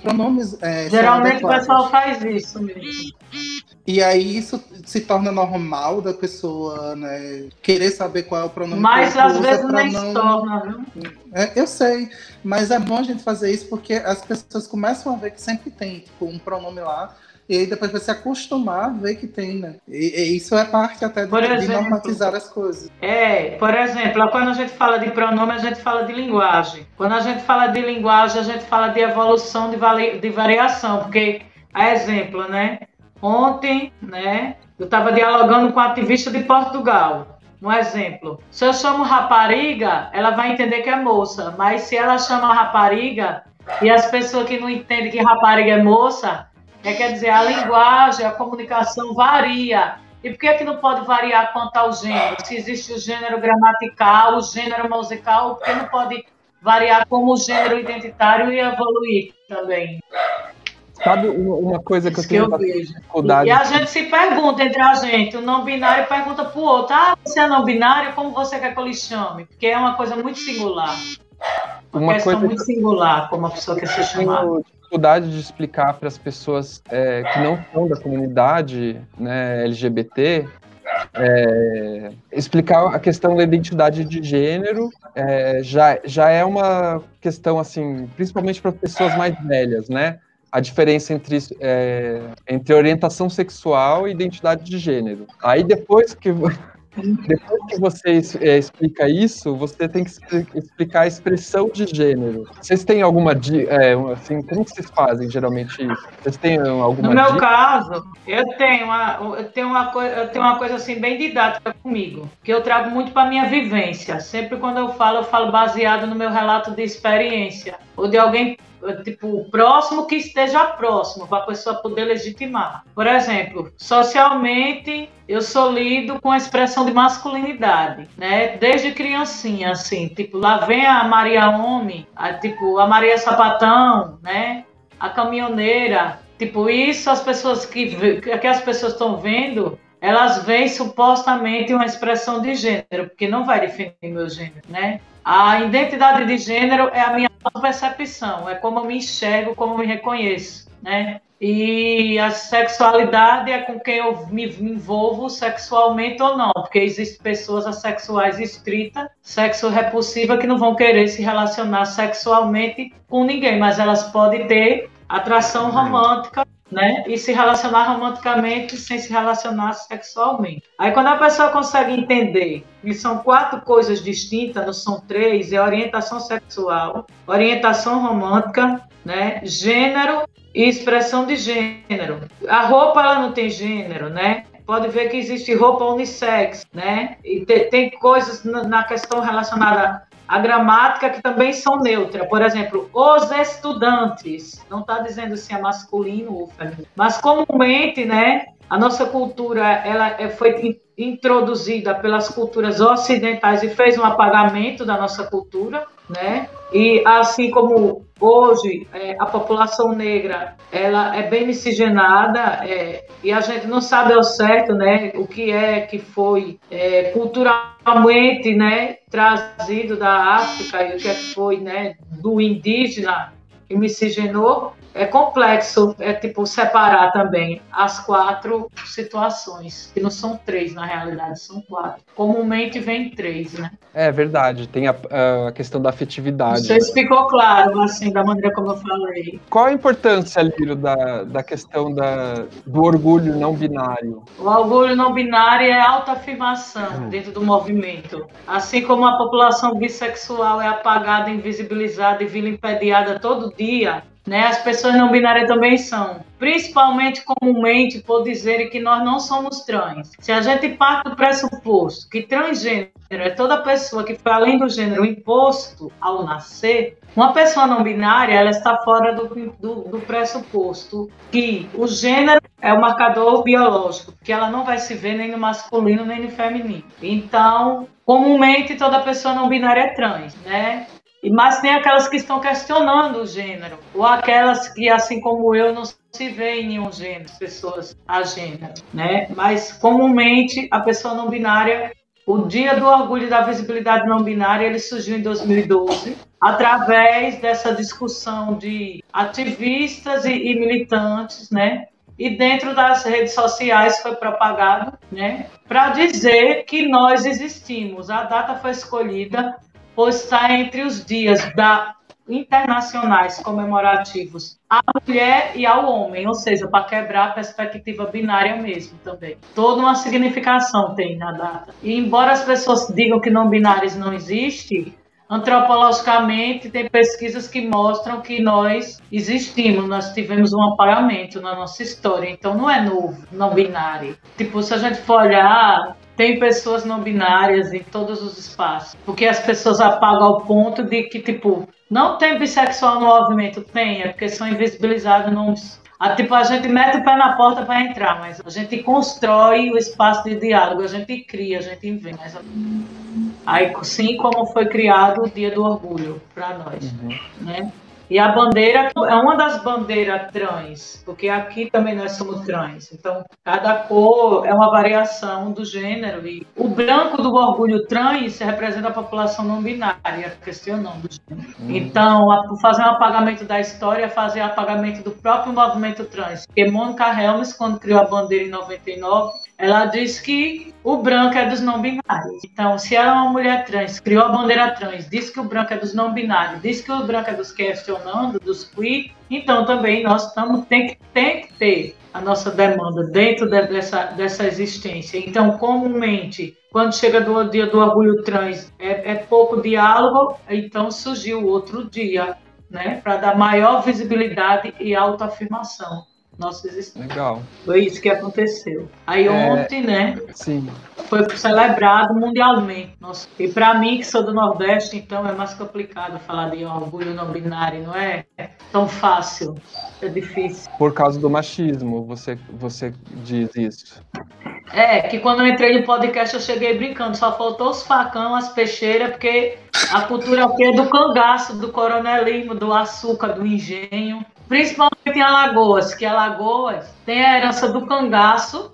geralmente o pessoal faz isso mesmo. E aí isso se torna normal da pessoa, né, querer saber qual é o pronome. Mas às vezes nem se torna, viu? Eu sei, mas é bom a gente fazer isso porque as pessoas começam a ver que sempre tem, tipo, um pronome lá. E aí depois vai se acostumar a ver que tem, né? E isso é parte até de normatizar as coisas. Por exemplo, quando a gente fala de pronome, a gente fala de linguagem. Quando a gente fala de linguagem, a gente fala de evolução, de variação. Porque, a exemplo, né? Ontem, né? Eu estava dialogando com um ativista de Portugal. Um exemplo. Se eu chamo rapariga, ela vai entender que é moça. Mas se ela chama rapariga, e as pessoas que não entendem que rapariga é moça... quer dizer, a linguagem, a comunicação varia. E por que não pode variar quanto ao gênero? Se existe o gênero gramatical, o gênero musical, por que não pode variar como o gênero identitário e evoluir também? Sabe uma coisa que eu tenho dificuldade? E a gente se pergunta entre a gente, o não binário pergunta para o outro, você é não binário, como você quer que eu lhe chame? Porque é uma coisa muito singular. Uma questão muito singular, como a pessoa quer ser chamada. Dificuldade de explicar para as pessoas que não são da comunidade, né, LGBT, explicar a questão da identidade de gênero já é uma questão, assim, principalmente para pessoas mais velhas, né? A diferença entre orientação sexual e identidade de gênero. Aí depois que você explica isso, você tem que explicar a expressão de gênero. Vocês têm alguma dica? Como que vocês fazem geralmente isso? Vocês têm alguma dica? No meu caso, eu tenho uma coisa assim bem didática comigo, que eu trago muito para minha vivência. Sempre quando eu falo baseado no meu relato de experiência, ou de alguém tipo, próximo que esteja próximo, para a pessoa poder legitimar. Por exemplo, socialmente, eu sou lido com a expressão de masculinidade, né? Desde criancinha, assim, tipo, lá vem a Maria Homem, a Maria Sapatão, né? A caminhoneira, tipo, isso as pessoas que as pessoas estão vendo, elas veem supostamente uma expressão de gênero, porque não vai definir meu gênero, né? A identidade de gênero é a minha percepção, é como eu me enxergo, como eu me reconheço, né? E a sexualidade é com quem eu me envolvo sexualmente ou não, porque existem pessoas assexuais estritas, sexo repulsiva, que não vão querer se relacionar sexualmente com ninguém, mas elas podem ter atração romântica, né? E se relacionar romanticamente sem se relacionar sexualmente. Aí quando a pessoa consegue entender que são 4 coisas distintas, não são 3, é orientação sexual, orientação romântica, né? Gênero e expressão de gênero. A roupa, ela não tem gênero, né? Pode ver que existe roupa unissex, né? E tem coisas na questão relacionada à gramática que também são neutras. Por exemplo, os estudantes. Não está dizendo se é masculino ou feminino. Mas comumente, né? A nossa cultura, ela foi introduzida pelas culturas ocidentais e fez um apagamento da nossa cultura, né? E assim como hoje a população negra, ela é bem miscigenada, e a gente não sabe ao certo, né, o que foi culturalmente, né, trazido da África e o que foi, né, do indígena e miscigenou. É complexo, tipo, separar também as 4 situações, que não são 3, na realidade, são 4. Comumente vem 3, né? É verdade, tem a questão da afetividade. Não sei se ficou claro, assim, da maneira como eu falei. Qual a importância, Lírio, da questão do orgulho não binário? O orgulho não binário é autoafirmação dentro do movimento. Assim como a população bissexual é apagada, invisibilizada e vilipendiada todo dia, né? As pessoas não binárias também são. Principalmente, comumente, por dizerem que nós não somos trans. Se a gente parte do pressuposto que transgênero é toda pessoa que foi além do gênero imposto ao nascer, uma pessoa não binária, ela está fora do pressuposto que o gênero é o marcador biológico, que ela não vai se ver nem no masculino nem no feminino. Então, comumente, toda pessoa não binária é trans, né? Mas tem aquelas que estão questionando o gênero, ou aquelas que, assim como eu, não se vê em nenhum gênero, pessoas a gênero, né? Mas, comumente, a pessoa não binária, o Dia do Orgulho da Visibilidade Não Binária, ele surgiu em 2012, através dessa discussão de ativistas e militantes, né? E dentro das redes sociais foi propagado, né? Para dizer que nós existimos. A data foi escolhida por estar entre os dias internacionais comemorativos à mulher e ao homem, ou seja, para quebrar a perspectiva binária mesmo também. Toda uma significação tem na data. E embora as pessoas digam que não binários não existem, antropologicamente tem pesquisas que mostram que nós existimos, nós tivemos um apagamento na nossa história, então não é novo, não binário. Tipo, se a gente for olhar, tem pessoas não binárias em todos os espaços, porque as pessoas apagam ao ponto de que, tipo, não tem bissexual no movimento, tem, é porque são invisibilizados nomes. Tipo, a gente mete o pé na porta para entrar, mas a gente constrói o espaço de diálogo, a gente cria, a gente inventa. Aí, sim, como foi criado o Dia do Orgulho para nós, né? E a bandeira é uma das bandeiras trans, porque aqui também nós somos trans. Então, cada cor é uma variação do gênero. E o branco do orgulho trans representa a população não binária, questionando o gênero. Então, fazer um apagamento da história, fazer apagamento do próprio movimento trans. Porque Mônica Helms, quando criou a bandeira em 99, ela diz que o branco é dos não binários. Então, se ela é uma mulher trans, criou a bandeira trans, diz que o branco é dos não binários, diz que o branco é dos questionando, dos queer, então também nós tem que ter a nossa demanda dentro dessa existência. Então, comumente, quando chega do Dia do Orgulho Trans, é pouco diálogo, então surgiu outro dia, né, para dar maior visibilidade e autoafirmação. Nossa existência. Legal. Foi isso que aconteceu. Aí ontem, né? Sim. Foi celebrado mundialmente. Nossa. E para mim, que sou do Nordeste, então é mais complicado falar de orgulho não binário, não é tão fácil. É difícil. Por causa do machismo, você diz isso. Que quando eu entrei no podcast eu cheguei brincando, só faltou os facão, as peixeiras, porque a cultura aqui é do cangaço, do coronelismo, do açúcar, do engenho. Principalmente em Alagoas, que Alagoas tem a herança do cangaço.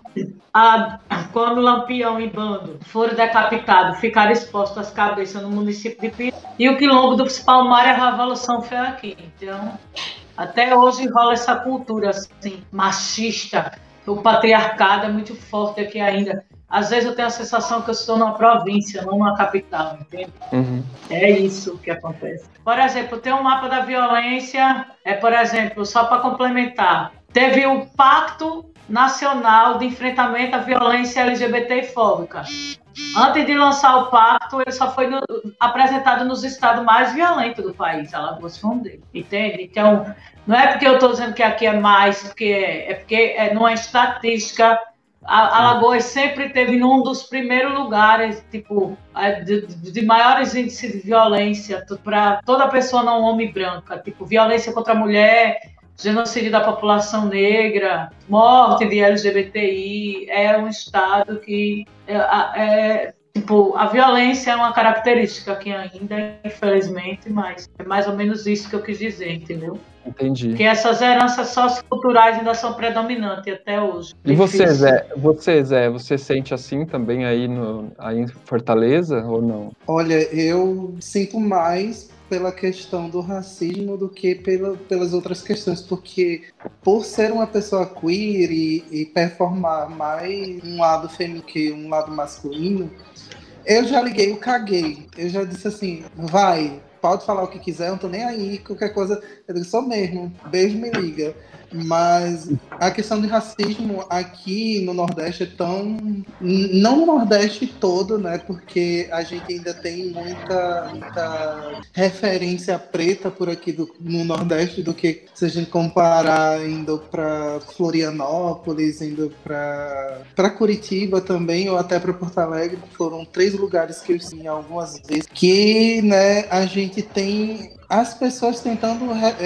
Quando Lampião e Bando foram decapitados, ficaram expostos as cabeças no município de Pira. E o quilombo dos Palmares, a revolução foi aqui. Então, até hoje rola essa cultura assim, machista. O patriarcado é muito forte aqui ainda. Às vezes eu tenho a sensação que eu estou numa província, não numa capital, entende? É isso que acontece. Por exemplo, tem um mapa da violência, por exemplo, só para complementar, teve o Pacto Nacional de Enfrentamento à Violência LGBT-fóbica. Antes de lançar o pacto, ele só foi apresentado nos estados mais violentos do país. Alagoas foi um deles, entende? Então, não é porque eu estou dizendo que aqui é mais, porque não é estatística. Alagoas sempre teve num dos primeiros lugares, tipo, de maiores índices de violência para toda pessoa não homem branca, tipo, violência contra a mulher, genocídio da população negra, morte de LGBTI. É um estado que tipo, a violência é uma característica aqui ainda, infelizmente, mas é mais ou menos isso que eu quis dizer, entendeu? Entendi. Que essas heranças socioculturais ainda são predominantes até hoje. E você, Zé, você sente assim também aí em Fortaleza ou não? Olha, eu sinto mais pela questão do racismo do que pelas outras questões, porque por ser uma pessoa queer e performar mais um lado feminino que um lado masculino, eu já liguei o caguei. Eu já disse assim, pode falar o que quiser, eu não tô nem aí, qualquer coisa, eu digo, sou mesmo, beijo, me liga. Mas a questão de racismo aqui no Nordeste é tão... Não no Nordeste todo, né? Porque a gente ainda tem muita referência preta por aqui no Nordeste do que se a gente comparar indo para Florianópolis, indo para Curitiba também, ou até para Porto Alegre. Foram 3 lugares que eu fui algumas vezes. Que, né, a gente tem... As pessoas tentando,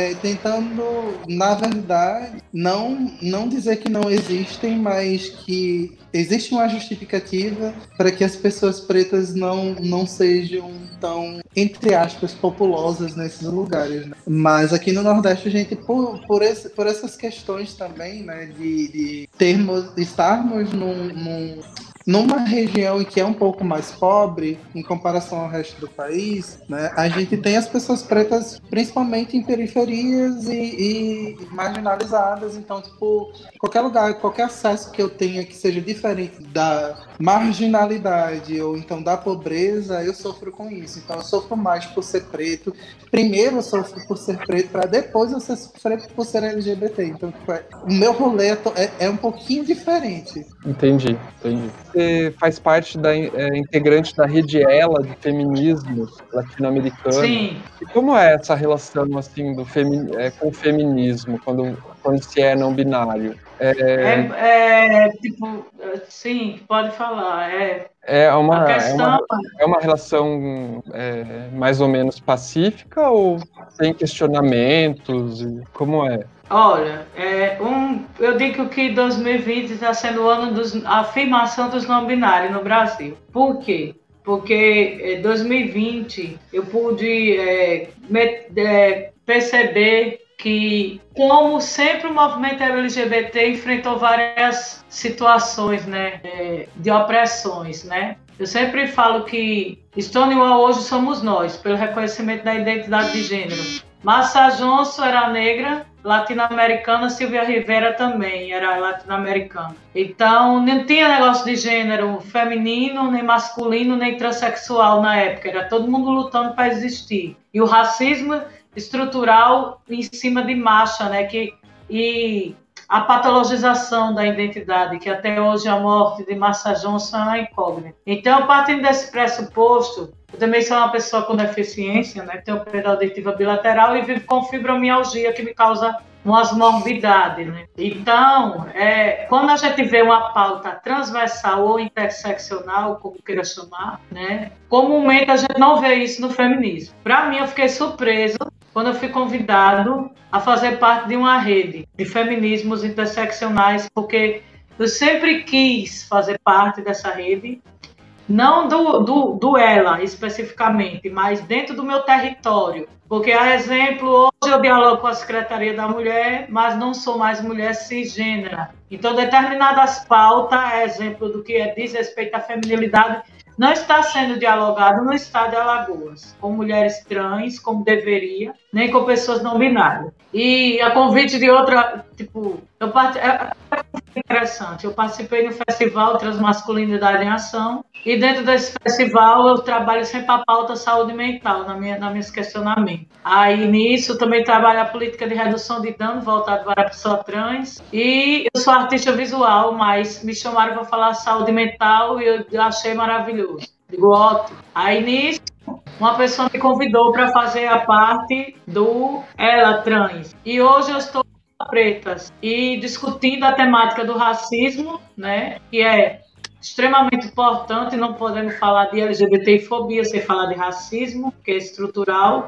na verdade, não dizer que não existem, mas que existe uma justificativa para que as pessoas pretas não sejam tão, entre aspas, populosas nesses lugares, né? Mas aqui no Nordeste a gente, por essas questões também, né, de estarmos numa região que é um pouco mais pobre em comparação ao resto do país, né, a gente tem as pessoas pretas principalmente em periferias e marginalizadas. Então, tipo, qualquer lugar, qualquer acesso que eu tenha que seja diferente da marginalidade ou então da pobreza, eu sofro com isso. Então, eu sofro mais por ser preto. Primeiro eu sofro por ser preto, para depois eu sofrer por ser LGBT. Então, tipo, o meu rolê é um pouquinho diferente. Entendi. Você faz parte integrante da Rede Ela de feminismo latino-americano. Sim. E como é essa relação assim com o feminismo quando se é não binário? Tipo, sim, pode falar. É A uma relação mais ou menos pacífica ou tem questionamentos? Como é? Olha, eu digo que 2020 está sendo o ano da afirmação dos não binários no Brasil. Por quê? Porque em 2020 eu pude perceber que, como sempre, o movimento LGBT enfrentou várias situações, né, de opressões, né? Eu sempre falo que Stonewall hoje somos nós, pelo reconhecimento da identidade de gênero. Massa Johnson era negra, latino-americana, Silvia Rivera também era latino-americana. Então, não tinha negócio de gênero feminino, nem masculino, nem transexual na época. Era todo mundo lutando para existir. E o racismo estrutural em cima de marcha, né? E a patologização da identidade, que até hoje a morte de Massa Johnson é uma incógnita. Então, partindo desse pressuposto, eu também sou uma pessoa com deficiência, né? Tenho perda auditiva bilateral e vivo com fibromialgia, que me causa umas morbidades, né? Então, quando a gente vê uma pauta transversal ou interseccional, como queira chamar, né? Comumente a gente não vê isso no feminismo. Para mim, eu fiquei surpreso quando eu fui convidado a fazer parte de uma rede de feminismos interseccionais, porque eu sempre quis fazer parte dessa rede, não do ela especificamente, mas dentro do meu território. Porque, a exemplo, hoje eu dialogo com a Secretaria da Mulher, mas não sou mais mulher cisgênera. Então, determinadas pautas, exemplo do que diz respeito à feminilidade, não está sendo dialogado no estado de Alagoas, com mulheres trans, como deveria, nem com pessoas não binárias. E a convite de outra, tipo, interessante, eu participei do Festival Transmasculinidade em Ação, e dentro desse festival eu trabalho sempre a pauta saúde mental, nos meus questionamentos. Aí nisso também trabalho a política de redução de dano voltado para a pessoa trans, e eu sou artista visual, mas me chamaram para falar saúde mental e eu achei maravilhoso. Digo, ótimo. Aí nisso, uma pessoa me convidou para fazer a parte do Ela Trans. E hoje eu estou com pretas e discutindo a temática do racismo, né? Que é extremamente importante, não podemos falar de LGBTfobia sem falar de racismo, que é estrutural.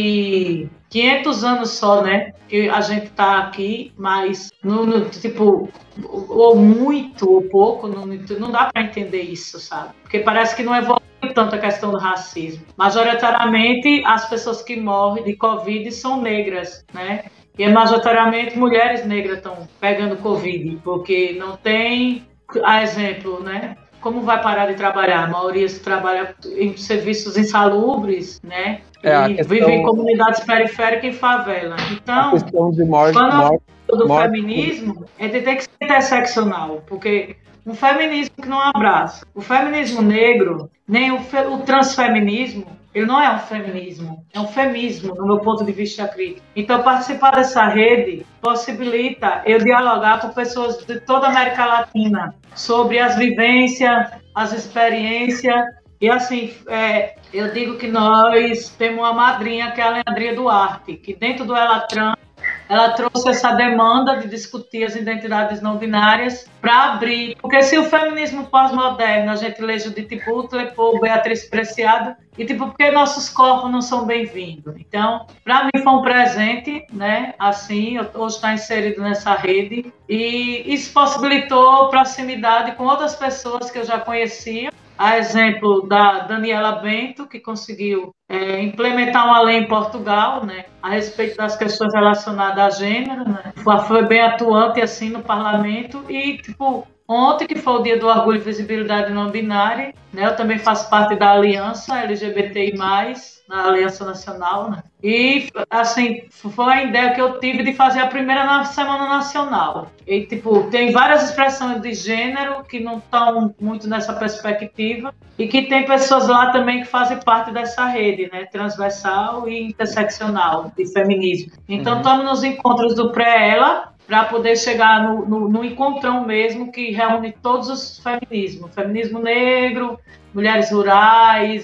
E 500 anos só, né? Que a gente está aqui, mas tipo, ou muito ou pouco, não dá para entender isso, sabe? Porque parece que não evolui tanto a questão do racismo. Majoritariamente, as pessoas que morrem de Covid são negras, né? E majoritariamente mulheres negras estão pegando Covid, porque não tem, a exemplo, né? Como vai parar de trabalhar? A maioria se trabalha em serviços insalubres, né? E vive em comunidades periféricas e em favela. Então, a questão de morte, quando eu falo do feminismo, tem que ser interseccional, porque um feminismo que não abraça o feminismo negro, nem o transfeminismo, ele não é um feminismo, é um femismo, no meu ponto de vista crítico. Então, participar dessa rede possibilita eu dialogar com pessoas de toda a América Latina sobre as vivências, as experiências. E assim, eu digo que nós temos uma madrinha, que é a Leandria Duarte, que dentro do Ela Trans, ela trouxe essa demanda de discutir as identidades não binárias para abrir. Porque se o feminismo pós-moderno, a gente lê Judith Butler, Paul, Beatriz Preciado, e tipo, porque nossos corpos não são bem-vindos. Então, para mim foi um presente, né? Assim, eu hoje estou inserido nessa rede. E isso possibilitou proximidade com outras pessoas que eu já conhecia. A exemplo da Daniela Bento, que conseguiu implementar uma lei em Portugal, né, a respeito das questões relacionadas a gênero, né, foi bem atuante assim no parlamento. E tipo, ontem, que foi o Dia do Orgulho e Visibilidade Não Binária, né, eu também faço parte da Aliança LGBTI+, na Aliança Nacional, né? E, assim, foi a ideia que eu tive de fazer a primeira Semana Nacional. E, tipo, tem várias expressões de gênero que não estão muito nessa perspectiva e que tem pessoas lá também que fazem parte dessa rede, né? Transversal e interseccional de feminismo. Então, estamos nos encontros do Pré-Ela, para poder chegar no encontrão mesmo que reúne todos os feminismos. Feminismo negro, mulheres rurais,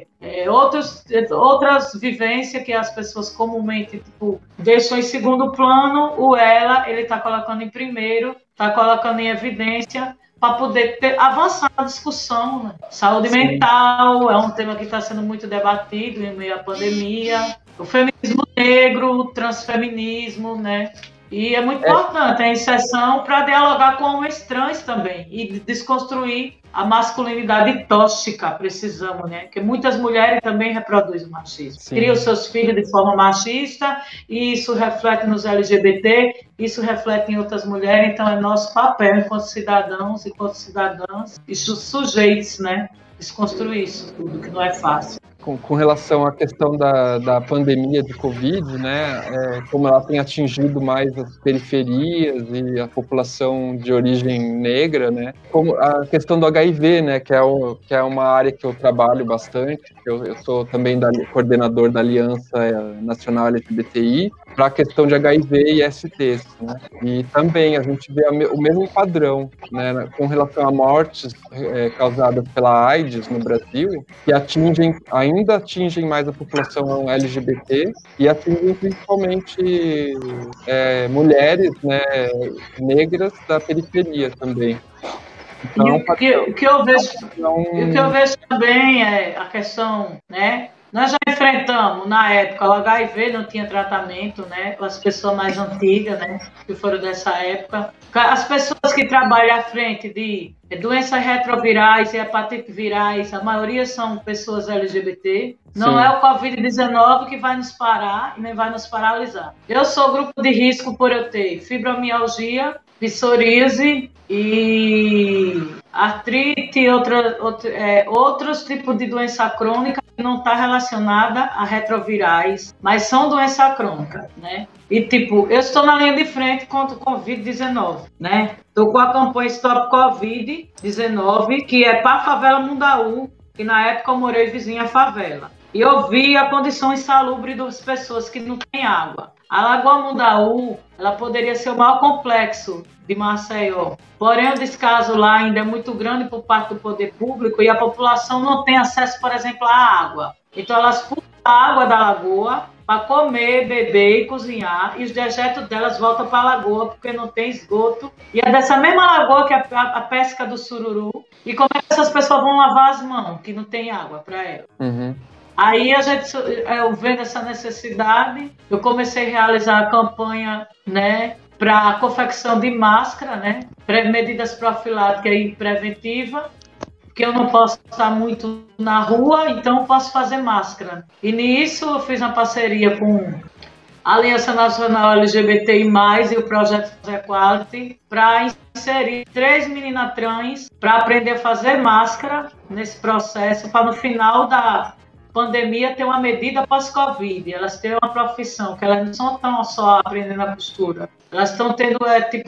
outras vivências que as pessoas comumente tipo, deixam em segundo plano. O Ela, ele está colocando em primeiro, está colocando em evidência para poder avançar na discussão. Né? Saúde mental é um tema que está sendo muito debatido em meio à pandemia. O feminismo negro, o transfeminismo, né? E é muito importante a inserção para dialogar com homens trans também e desconstruir a masculinidade tóxica, precisamos, né? Porque muitas mulheres também reproduzem o machismo. Sim. Criam seus filhos de forma machista e isso reflete nos LGBT, isso reflete em outras mulheres, então é nosso papel enquanto cidadãos, enquanto cidadãs e sujeitos, né? Desconstruir isso tudo, que não é fácil. Com relação à questão da pandemia de Covid, né, como ela tem atingido mais as periferias e a população de origem negra, né, como a questão do HIV, né, que é uma área que eu trabalho bastante, eu sou também coordenador da Aliança Nacional LGBTI, para a questão de HIV e STs, né, e também a gente vê o mesmo padrão, né, com relação a mortes causadas pela AIDS no Brasil, que ainda atingem mais a população LGBT e atingem principalmente mulheres, né, negras da periferia também. Então, o que eu vejo também é a questão, né? Nós já enfrentamos, na época, o HIV não tinha tratamento, né? As pessoas mais antigas, né? Que foram dessa época. As pessoas que trabalham à frente de doenças retrovirais e hepatite virais, a maioria são pessoas LGBT. Não é o Covid-19 que vai nos parar e nem vai nos paralisar. Eu sou grupo de risco por eu ter fibromialgia, psoríase e artrite e outros tipos de doença crônica que não está relacionada a retrovirais, mas são doença crônica, né? E, tipo, eu estou na linha de frente contra o Covid-19, né? Estou com a campanha Stop Covid-19, que é para a favela Mundaú, que na época eu morei vizinha à favela. E eu vi a condição insalubre das pessoas que não têm água. A Lagoa Mundaú, ela poderia ser o maior complexo de Maceió. Porém, o descaso lá ainda é muito grande por parte do poder público e a população não tem acesso, por exemplo, à água. Então, elas puxam a água da lagoa para comer, beber e cozinhar, e os dejetos delas voltam para a lagoa porque não tem esgoto. E é dessa mesma lagoa que a pesca do sururu. E como é que essas pessoas vão lavar as mãos, que não tem água para elas? Uhum. Aí eu vendo essa necessidade, eu comecei a realizar a campanha, né, para a confecção de máscara, né, medidas profiláticas e preventivas, porque eu não posso estar muito na rua, então eu posso fazer máscara. E nisso eu fiz uma parceria com a Aliança Nacional LGBTI+, e o Projeto Equality, para inserir 3 meninas trans para aprender a fazer máscara nesse processo, para no final da pandemia ter uma medida pós-Covid, elas têm uma profissão, que elas não estão só aprendendo a costura, elas estão tendo tipo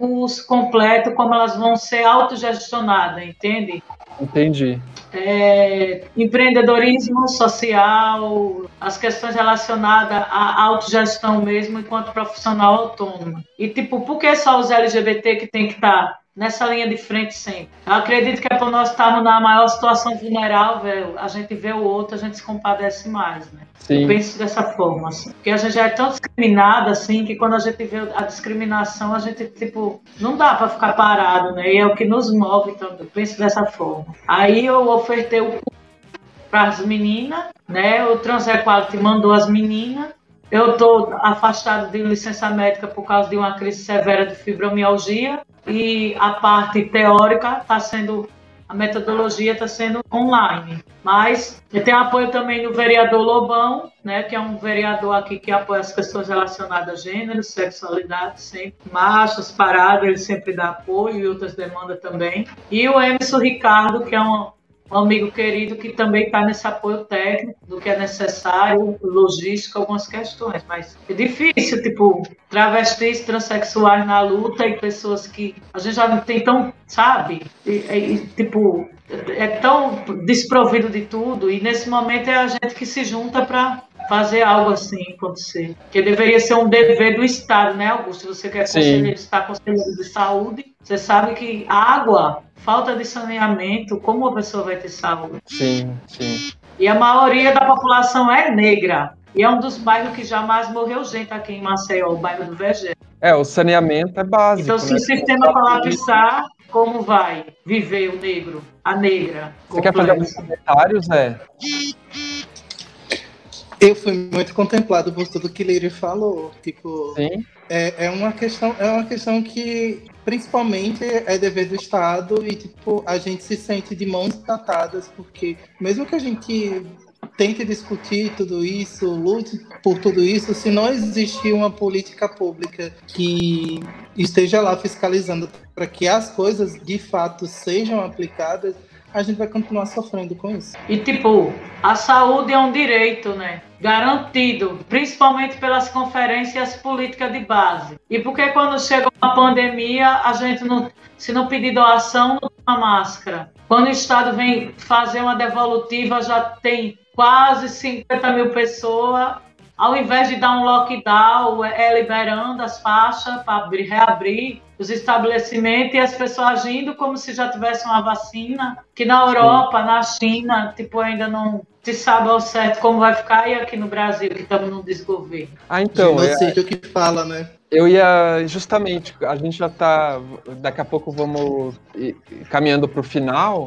curso completo, como elas vão ser autogestionadas, entende? Entendi. Empreendedorismo social, as questões relacionadas à autogestão mesmo enquanto profissional autônomo. E, tipo, por que só os LGBT que tem que estar nessa linha de frente sempre? Eu acredito que é por nós estarmos na maior situação vulnerável, a gente vê o outro, a gente se compadece mais, né? Sim. Eu penso dessa forma, assim. Porque a gente já é tão discriminada, assim, que quando a gente vê a discriminação, a gente, tipo, não dá para ficar parado, né? E é o que nos move, então eu penso dessa forma. Aí eu ofertei o curso para as meninas, né? O Transequality mandou as meninas. Eu estou afastado de licença médica por causa de uma crise severa de fibromialgia e a parte teórica está sendo... A metodologia está sendo online, mas eu tenho apoio também do vereador Lobão, né, que é um vereador aqui que apoia as questões relacionadas a gênero, sexualidade, sempre machos, paradas, ele sempre dá apoio e outras demandas também. E o Emerson Ricardo, que é um amigo querido que também está nesse apoio técnico do que é necessário, logística, algumas questões, mas é difícil, tipo, travestis, transexuais na luta e pessoas que a gente já não tem tão, sabe, tipo, é tão desprovido de tudo e nesse momento é a gente que se junta para fazer algo assim acontecer, que deveria ser um dever do Estado, né, Augusto? Você que é conselheiro, está conselheiro de saúde, você sabe que água, falta de saneamento, como a pessoa vai ter saúde? Sim, sim. E a maioria da população é negra. E é um dos bairros que jamais morreu gente aqui em Maceió, o bairro do Vegeta. O saneamento é básico. Então, se o sistema colapsar, como vai viver o negro, a negra? Você quer fazer alguns comentários, Zé? Eu fui muito contemplado por tudo que Leire falou. Tipo, sim. É uma questão que principalmente é dever do Estado e tipo, a gente se sente de mãos atadas, porque mesmo que a gente tente discutir tudo isso, lute por tudo isso, se não existir uma política pública que esteja lá fiscalizando para que as coisas de fato sejam aplicadas, a gente vai continuar sofrendo com isso. E tipo, a saúde é um direito, né? Garantido, principalmente pelas conferências políticas de base. E porque quando chega uma pandemia, a gente não, se não pedir doação, não toma máscara. Quando o Estado vem fazer uma devolutiva, já tem quase 50 mil pessoas. Ao invés de dar um lockdown, liberando as faixas para reabrir os estabelecimentos e as pessoas agindo como se já tivesse uma vacina, que na Europa, sim, na China, tipo, ainda não se sabe ao certo como vai ficar, e aqui no Brasil, que estamos no desgoverno. Então, genocídio que fala, né? Eu ia, justamente, a gente já está, daqui a pouco vamos caminhando para o final,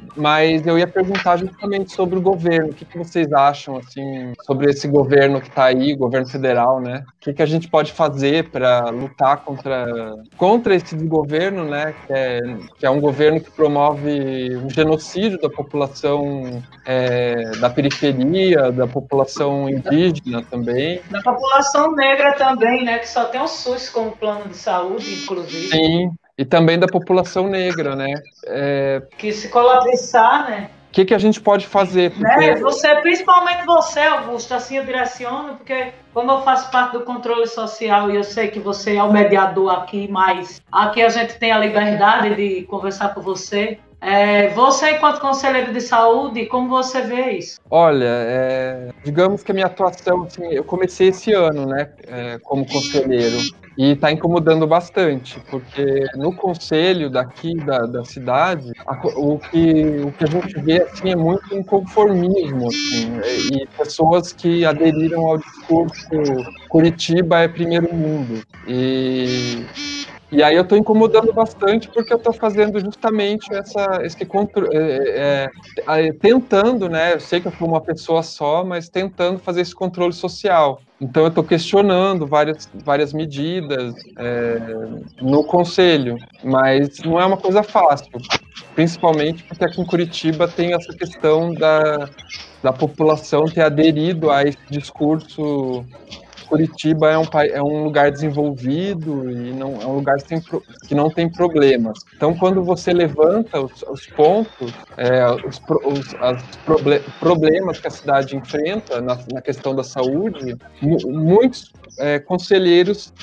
mas eu ia perguntar justamente sobre o governo. O que vocês acham, assim, sobre esse governo que está aí, o governo federal, né? O que a gente pode fazer para lutar contra esse desgoverno, né? Que é um governo que promove um genocídio da população da periferia, da população indígena também. Da população negra também, né? Que só tem o SUS como plano de saúde, inclusive. Sim. E também da população negra, né? Que se colapsar, né? O que a gente pode fazer? Porque... principalmente você, Augusto, assim eu direciono, porque como eu faço parte do controle social e eu sei que você é o mediador aqui, mas aqui a gente tem a liberdade de conversar com você. Você, enquanto conselheiro de saúde, como você vê isso? Olha, digamos que a minha atuação, assim, eu comecei esse ano, né, como conselheiro, e está incomodando bastante, porque no conselho daqui da cidade, o que a gente vê assim, é muito inconformismo, assim, e pessoas que aderiram ao discurso Curitiba é primeiro mundo. E aí eu estou incomodando bastante porque eu estou fazendo justamente esse controle, tentando, né? Eu sei que eu sou uma pessoa só, mas tentando fazer esse controle social. Então eu estou questionando várias medidas no conselho, mas não é uma coisa fácil, principalmente porque aqui em Curitiba tem essa questão da população ter aderido a esse discurso Curitiba é um lugar desenvolvido e não, é um lugar que não tem problemas. Então, quando você levanta os pontos, problemas que a cidade enfrenta na questão da saúde, muitos conselheiros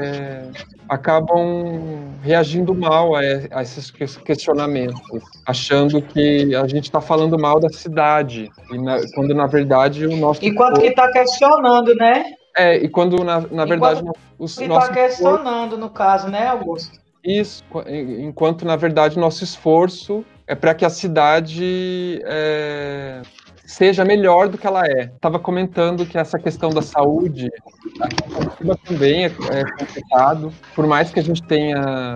acabam reagindo mal a esses questionamentos, achando que a gente está falando mal da cidade, quando na verdade o nosso... Enquanto que está questionando, né? E quando na verdade... Está questionando, no caso, né, Augusto? Isso, enquanto na verdade nosso esforço é para que a cidade seja melhor do que ela é. Estava comentando que essa questão da saúde aqui em Curitiba também é complicado, por mais que a gente tenha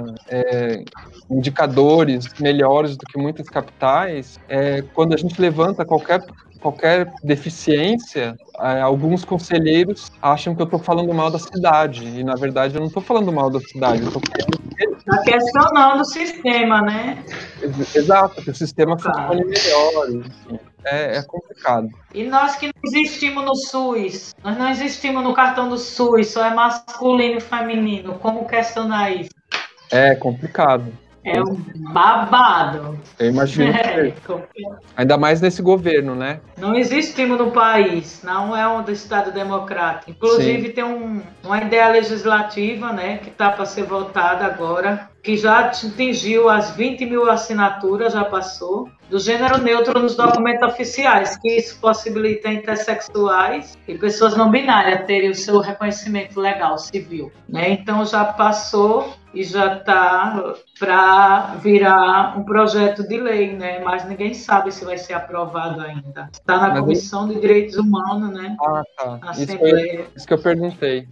indicadores melhores do que muitas capitais, quando a gente levanta qualquer deficiência, alguns conselheiros acham que eu estou falando mal da cidade, e na verdade eu não estou falando mal da cidade, eu estou Está questionando o sistema, né? Exato, que o sistema funcione melhor, enfim. É complicado. E nós que não existimos no SUS, nós não existimos no cartão do SUS, só é masculino e feminino, como questionar isso? É complicado. É um babado. Eu imagino. Ainda mais nesse governo, né? Não existimos no país, não é um Estado democrático. Inclusive, tem uma ideia legislativa, né, que está para ser votada agora, que já atingiu as 20 mil assinaturas, já passou, do gênero neutro nos documentos oficiais, que isso possibilita intersexuais e pessoas não binárias terem o seu reconhecimento legal, civil, né? Então, já passou e já está para virar um projeto de lei, né? Mas ninguém sabe se vai ser aprovado ainda. Está na Comissão de Direitos Humanos, né? Ah, tá. Assembleia. Isso que eu perguntei.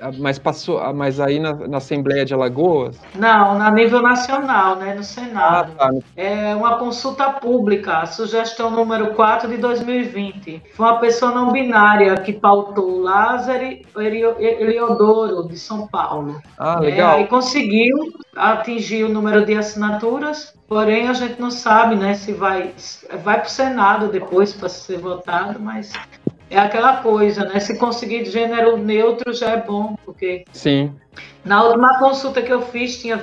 Mas aí na Assembleia de Alagoas? Não, a nível nacional, né? No Senado. Ah, tá. É uma consulta pública, a sugestão número 4 de 2020. Foi uma pessoa não binária que pautou, Lázaro Eliodoro, de São Paulo. Ah, legal. E conseguiu atingir o número de assinaturas, porém a gente não sabe, né, se vai para o Senado depois para ser votado, mas é aquela coisa, né, se conseguir de gênero neutro já é bom, porque... Sim. Na última consulta que eu fiz tinha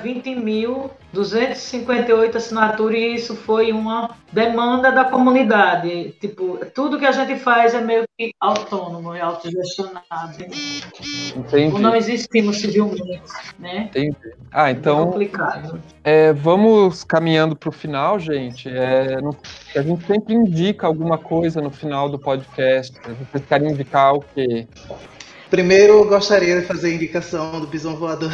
20.258 assinaturas e isso foi uma demanda da comunidade. Tipo, tudo que a gente faz é meio que autônomo e autogestionado. Entendi. Não existimos civilmente, né? Entendi. Então... É complicado. Vamos caminhando para o final, gente. A gente sempre indica alguma coisa no final do podcast. Vocês querem indicar o quê? Primeiro, eu gostaria de fazer a indicação do Bison Voador.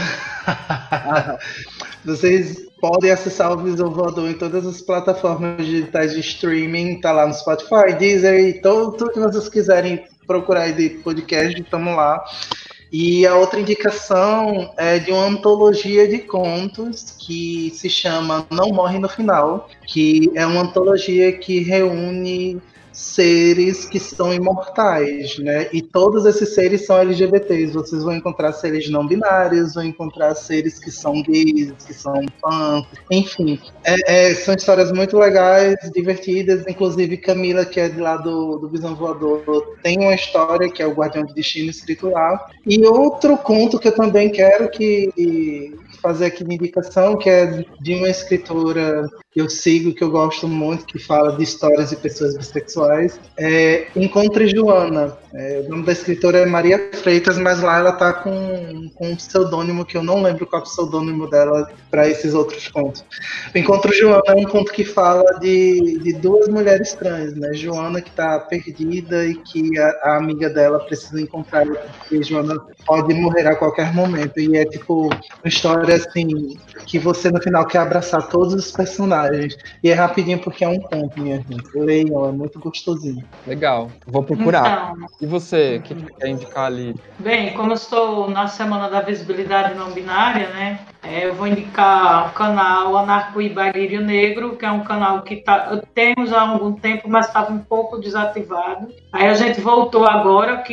Vocês podem acessar o Bison Voador em todas as plataformas digitais de streaming. Tá lá no Spotify, Deezer e tudo que vocês quiserem procurar aí de podcast, estamos lá. E a outra indicação é de uma antologia de contos que se chama Não Morre no Final, que é uma antologia que reúne seres que são imortais, né? E todos esses seres são LGBTs. Vocês vão encontrar seres não binários, vão encontrar seres que são gays, que são fãs, enfim. São histórias muito legais, divertidas. Inclusive, Camila, que é de lá do Bison Voador, tem uma história que é o Guardião do Destino escrito lá. E outro conto que eu também quero fazer aqui de indicação, que é de uma escritora que eu sigo, que eu gosto muito, que fala de histórias de pessoas bissexuais, Encontre Joana. O nome da escritora é Maria Freitas, mas lá ela tá com um pseudônimo que eu não lembro qual é o pseudônimo dela para esses outros contos. Encontro Joana é um conto que fala de duas mulheres trans, né? Joana que tá perdida e que a amiga dela precisa encontrar ela, porque Joana pode morrer a qualquer momento. E é tipo uma história assim que você no final quer abraçar todos os personagens. E é rapidinho porque é um conto, minha gente. Leiam, é muito gostosinho. Legal, vou procurar. Então, e você, o que quer indicar ali? Bem, como eu estou na Semana da Visibilidade Não Binária, né? Eu vou indicar o canal Anarco e Barilho Negro, que é um canal que temos há algum tempo, mas estava um pouco desativado. Aí a gente voltou agora, que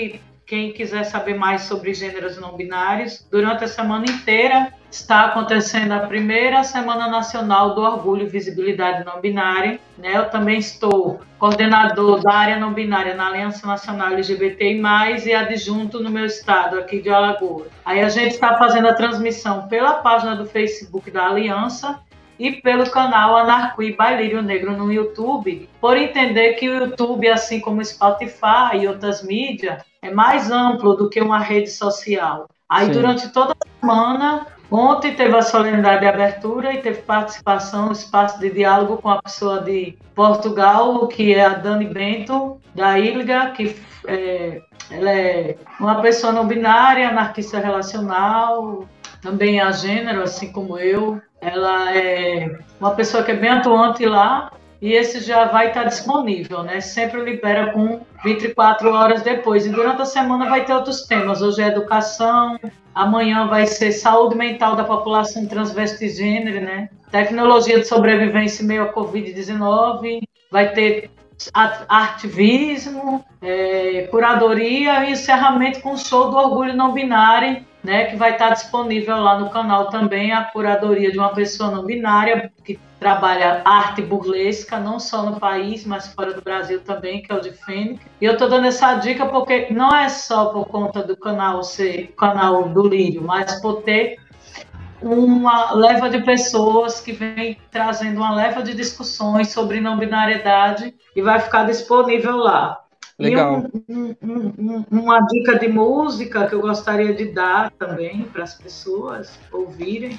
quem quiser saber mais sobre gêneros não binários, durante a semana inteira está acontecendo a primeira Semana Nacional do Orgulho e Visibilidade Não Binária. Né? Eu também estou coordenador da área não binária na Aliança Nacional LGBTI+, e adjunto no meu estado, aqui de Alagoas. Aí a gente está fazendo a transmissão pela página do Facebook da Aliança e pelo canal Anarqui by Lírio Negro no YouTube, por entender que o YouTube, assim como o Spotify e outras mídias, é mais amplo do que uma rede social. Aí, durante toda a semana, ontem teve a solenidade de abertura e teve participação, espaço de diálogo com a pessoa de Portugal, que é a Dani Bento, da ILGA, que ela é uma pessoa não binária, anarquista relacional, também a gênero, assim como eu. Ela é uma pessoa que é bem atuante lá, e esse já vai estar disponível, né? Sempre libera com 24 horas depois. E durante a semana vai ter outros temas. Hoje é educação, amanhã vai ser saúde mental da população transvestigênero, né? Tecnologia de sobrevivência em meio à Covid-19, vai ter ativismo, curadoria e encerramento com o show do Orgulho Não Binário, né, que vai estar disponível lá no canal também, a curadoria de uma pessoa não binária que trabalha arte burlesca, não só no país, mas fora do Brasil também, que é o de Fênix. E eu estou dando essa dica porque não é só por conta do canal ser canal do Lírio, mas por ter uma leva de pessoas que vem trazendo uma leva de discussões sobre não binariedade e vai ficar disponível lá. Legal. E uma dica de música que eu gostaria de dar também para as pessoas ouvirem.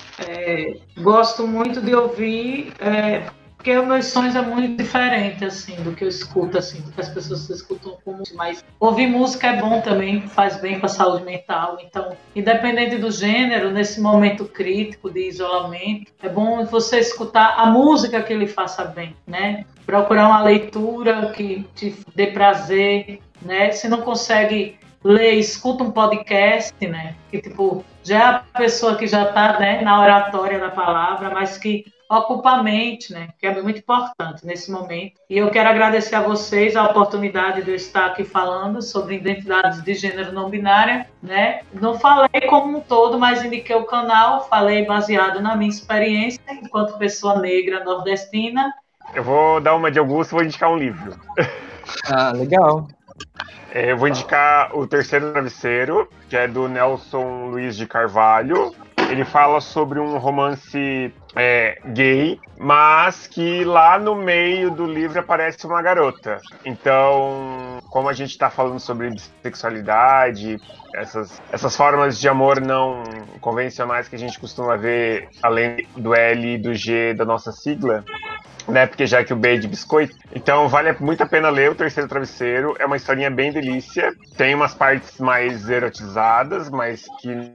Gosto muito de ouvir, porque os meus sonhos é muito diferente assim, do que eu escuto, assim, do que as pessoas escutam como. Mas ouvir música é bom também, faz bem para a saúde mental. Então, independente do gênero, nesse momento crítico de isolamento, é bom você escutar a música que lhe faça bem, né? Procurar uma leitura que te dê prazer, né? Se não consegue ler, escuta um podcast, né? Que, tipo, já é a pessoa que já está, né, na oratória da palavra, mas que ocupa a mente, né? Que é muito importante nesse momento. E eu quero agradecer a vocês a oportunidade de eu estar aqui falando sobre identidades de gênero não binária, né? Não falei como um todo, mas indiquei o canal, falei baseado na minha experiência enquanto pessoa negra nordestina. Eu vou dar uma de Augusto e vou indicar um livro. Ah, legal. Eu vou indicar O Terceiro Travesseiro, que é do Nelson Luiz de Carvalho. Ele fala sobre um romance gay, mas que lá no meio do livro aparece uma garota. Então, como a gente está falando sobre bissexualidade, essas formas de amor não convencionais que a gente costuma ver, além do L e do G da nossa sigla, né? Porque já que o B é de biscoito. Então vale muito a pena ler O Terceiro Travesseiro. É uma historinha bem delícia. Tem umas partes mais erotizadas, mas que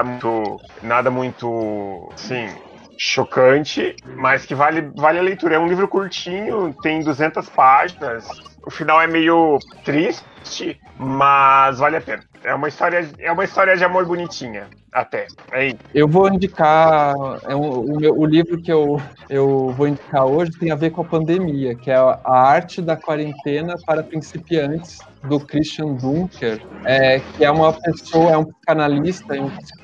nada muito, assim, chocante, mas que vale a leitura. É um livro curtinho, tem 200 páginas. O final é meio triste, mas vale a pena. É uma história de amor bonitinha, até. Aí. Eu vou indicar o livro que eu vou indicar hoje tem a ver com a pandemia, que é A Arte da Quarentena para Principiantes, do Christian Dunker, que é uma pessoa, é um psicanalista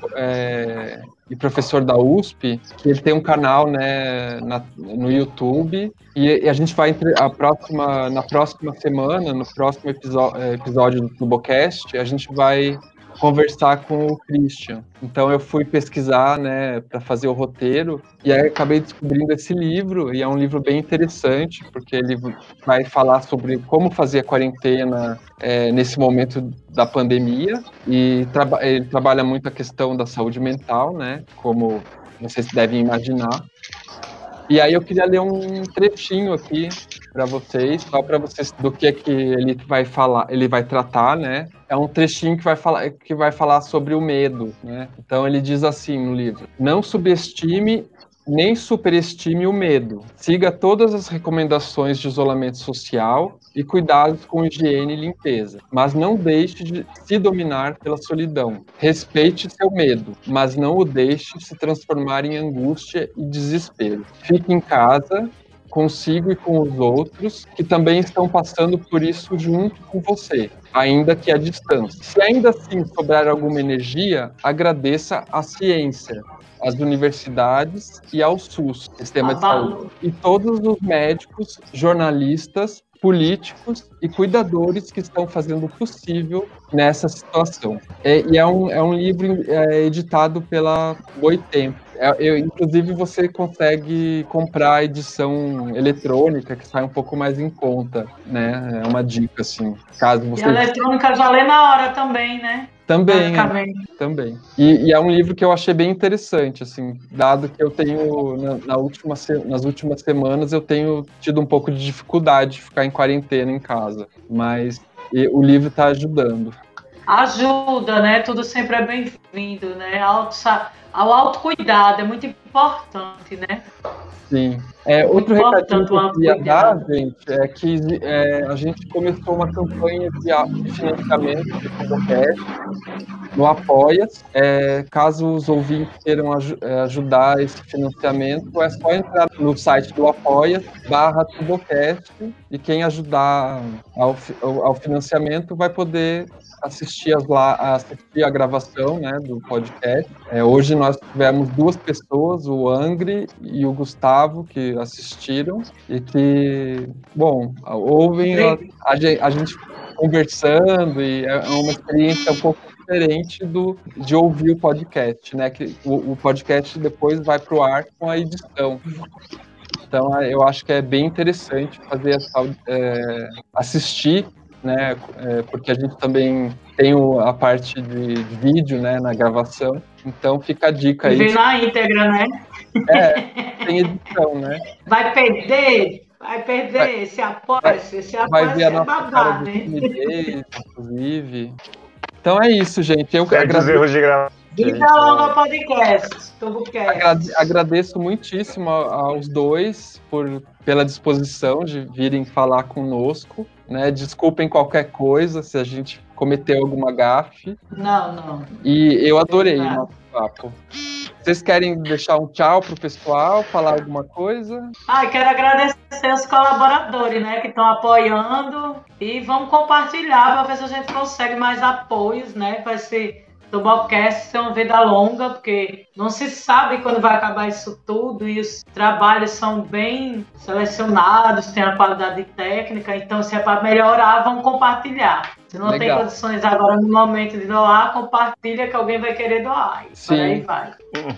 e professor da USP, que ele tem um canal, né, no YouTube, e a gente vai na próxima semana, no próximo episódio do Tubocast, a gente vai conversar com o Christian. Então eu fui pesquisar, né, para fazer o roteiro, e aí acabei descobrindo esse livro, e é um livro bem interessante, porque ele vai falar sobre como fazer a quarentena nesse momento da pandemia, e ele trabalha muito a questão da saúde mental, né, como vocês devem imaginar. E aí eu queria ler um trechinho aqui para vocês, só para vocês do que ele vai falar, ele vai tratar, né? É um trechinho que vai falar sobre o medo, né? Então ele diz assim no livro: não subestime nem superestime o medo. Siga todas as recomendações de isolamento social e cuidados com higiene e limpeza, mas não deixe de se dominar pela solidão. Respeite seu medo, mas não o deixe se transformar em angústia e desespero. Fique em casa consigo e com os outros que também estão passando por isso junto com você, ainda que à distância. Se ainda assim sobrar alguma energia, agradeça à ciência, às universidades e ao SUS, Sistema de Saúde, e todos os médicos, jornalistas, políticos e cuidadores que estão fazendo o possível nessa situação. E é um livro editado pela Boitempo. Inclusive, você consegue comprar a edição eletrônica, que sai um pouco mais em conta, né? É uma dica, assim. Caso você... E a eletrônica já lê na hora também, né? Também. E é um livro que eu achei bem interessante, assim, dado que eu tenho, nas últimas semanas, eu tenho tido um pouco de dificuldade de ficar em quarentena em casa, mas o livro está ajudando. Ajuda, né? Tudo sempre é bem-vindo, né? Ao autocuidado é muito importante, né? Sim. Outro recadinho que eu queria dar, gente, é que a gente começou uma campanha de financiamento do podcast no Apoia-se. Caso os ouvintes queiram ajudar esse financiamento, é só entrar no site do Apoia-se/Tubocast, e quem ajudar ao financiamento vai poder assistir a gravação, né, do podcast. Hoje nós tivemos 2 pessoas, o Angry e o Gustavo, que assistiram e que, bom, ouvem a gente conversando, e é uma experiência um pouco diferente de ouvir o podcast, né, que o podcast depois vai para o ar com a edição. Então, eu acho que é bem interessante fazer assistir, né, porque a gente também tem a parte de vídeo, né, na gravação, então fica a dica aí. Vê na íntegra, né? Tem edição, né? Vai perder, esse apoio vai ver a nossa babado, cara de timidez, inclusive. Então é isso, gente. Eu agradeço. Vida longa podcast, Tubocast. Agradeço muitíssimo aos dois pela disposição de virem falar conosco, né? Desculpem qualquer coisa se a gente cometeu alguma gafe. Não. E eu adorei o nosso papo. Vocês querem deixar um tchau pro pessoal, falar alguma coisa? Quero agradecer os colaboradores, né, que estão apoiando, e vamos compartilhar para ver se a gente consegue mais apoios, né, para esse Tubocast ser uma vida longa, porque não se sabe quando vai acabar isso tudo, e os trabalhos são bem selecionados, tem a qualidade técnica, então se é para melhorar, vamos compartilhar. Se não tem condições agora no momento de doar, compartilha que alguém vai querer doar. E por aí vai.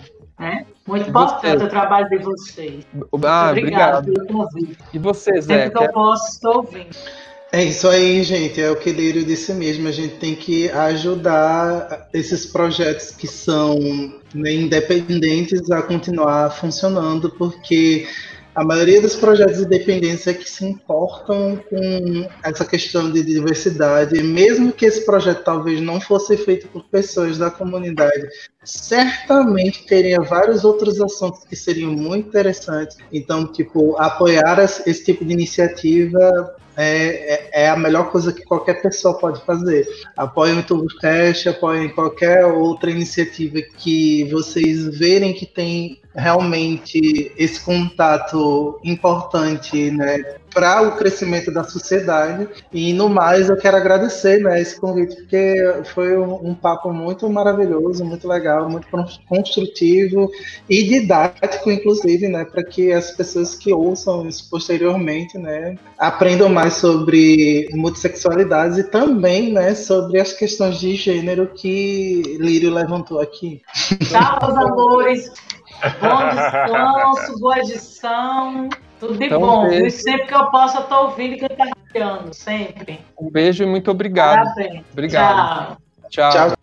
Muito importante o trabalho de vocês. Obrigado pelo convite. E você, Zé? Sempre que eu posso, estou ouvindo. É isso aí, gente. É o que Lírio disse mesmo. A gente tem que ajudar esses projetos que são, né, independentes a continuar funcionando, porque a maioria dos projetos independentes é que se importam com essa questão de diversidade. Mesmo que esse projeto talvez não fosse feito por pessoas da comunidade, certamente teria vários outros assuntos que seriam muito interessantes. Então, apoiar esse tipo de iniciativa é a melhor coisa que qualquer pessoa pode fazer. Apoiem o Tubocast, apoiem qualquer outra iniciativa que vocês verem que tem realmente esse contato importante, né, para o crescimento da sociedade. E no mais, eu quero agradecer, né, esse convite, porque foi um papo muito maravilhoso, muito legal, muito construtivo e didático, inclusive, né, para que as pessoas que ouçam isso posteriormente, né, aprendam mais sobre multissexualidades e também, né, sobre as questões de gênero que Lírio levantou aqui. Tchau, meus amores. Bom descanso, boa edição, tudo de bom. E sempre que eu posso, eu estou ouvindo e cantando, sempre. Um beijo e muito obrigado. Parabéns. Obrigado. Tchau. Tchau.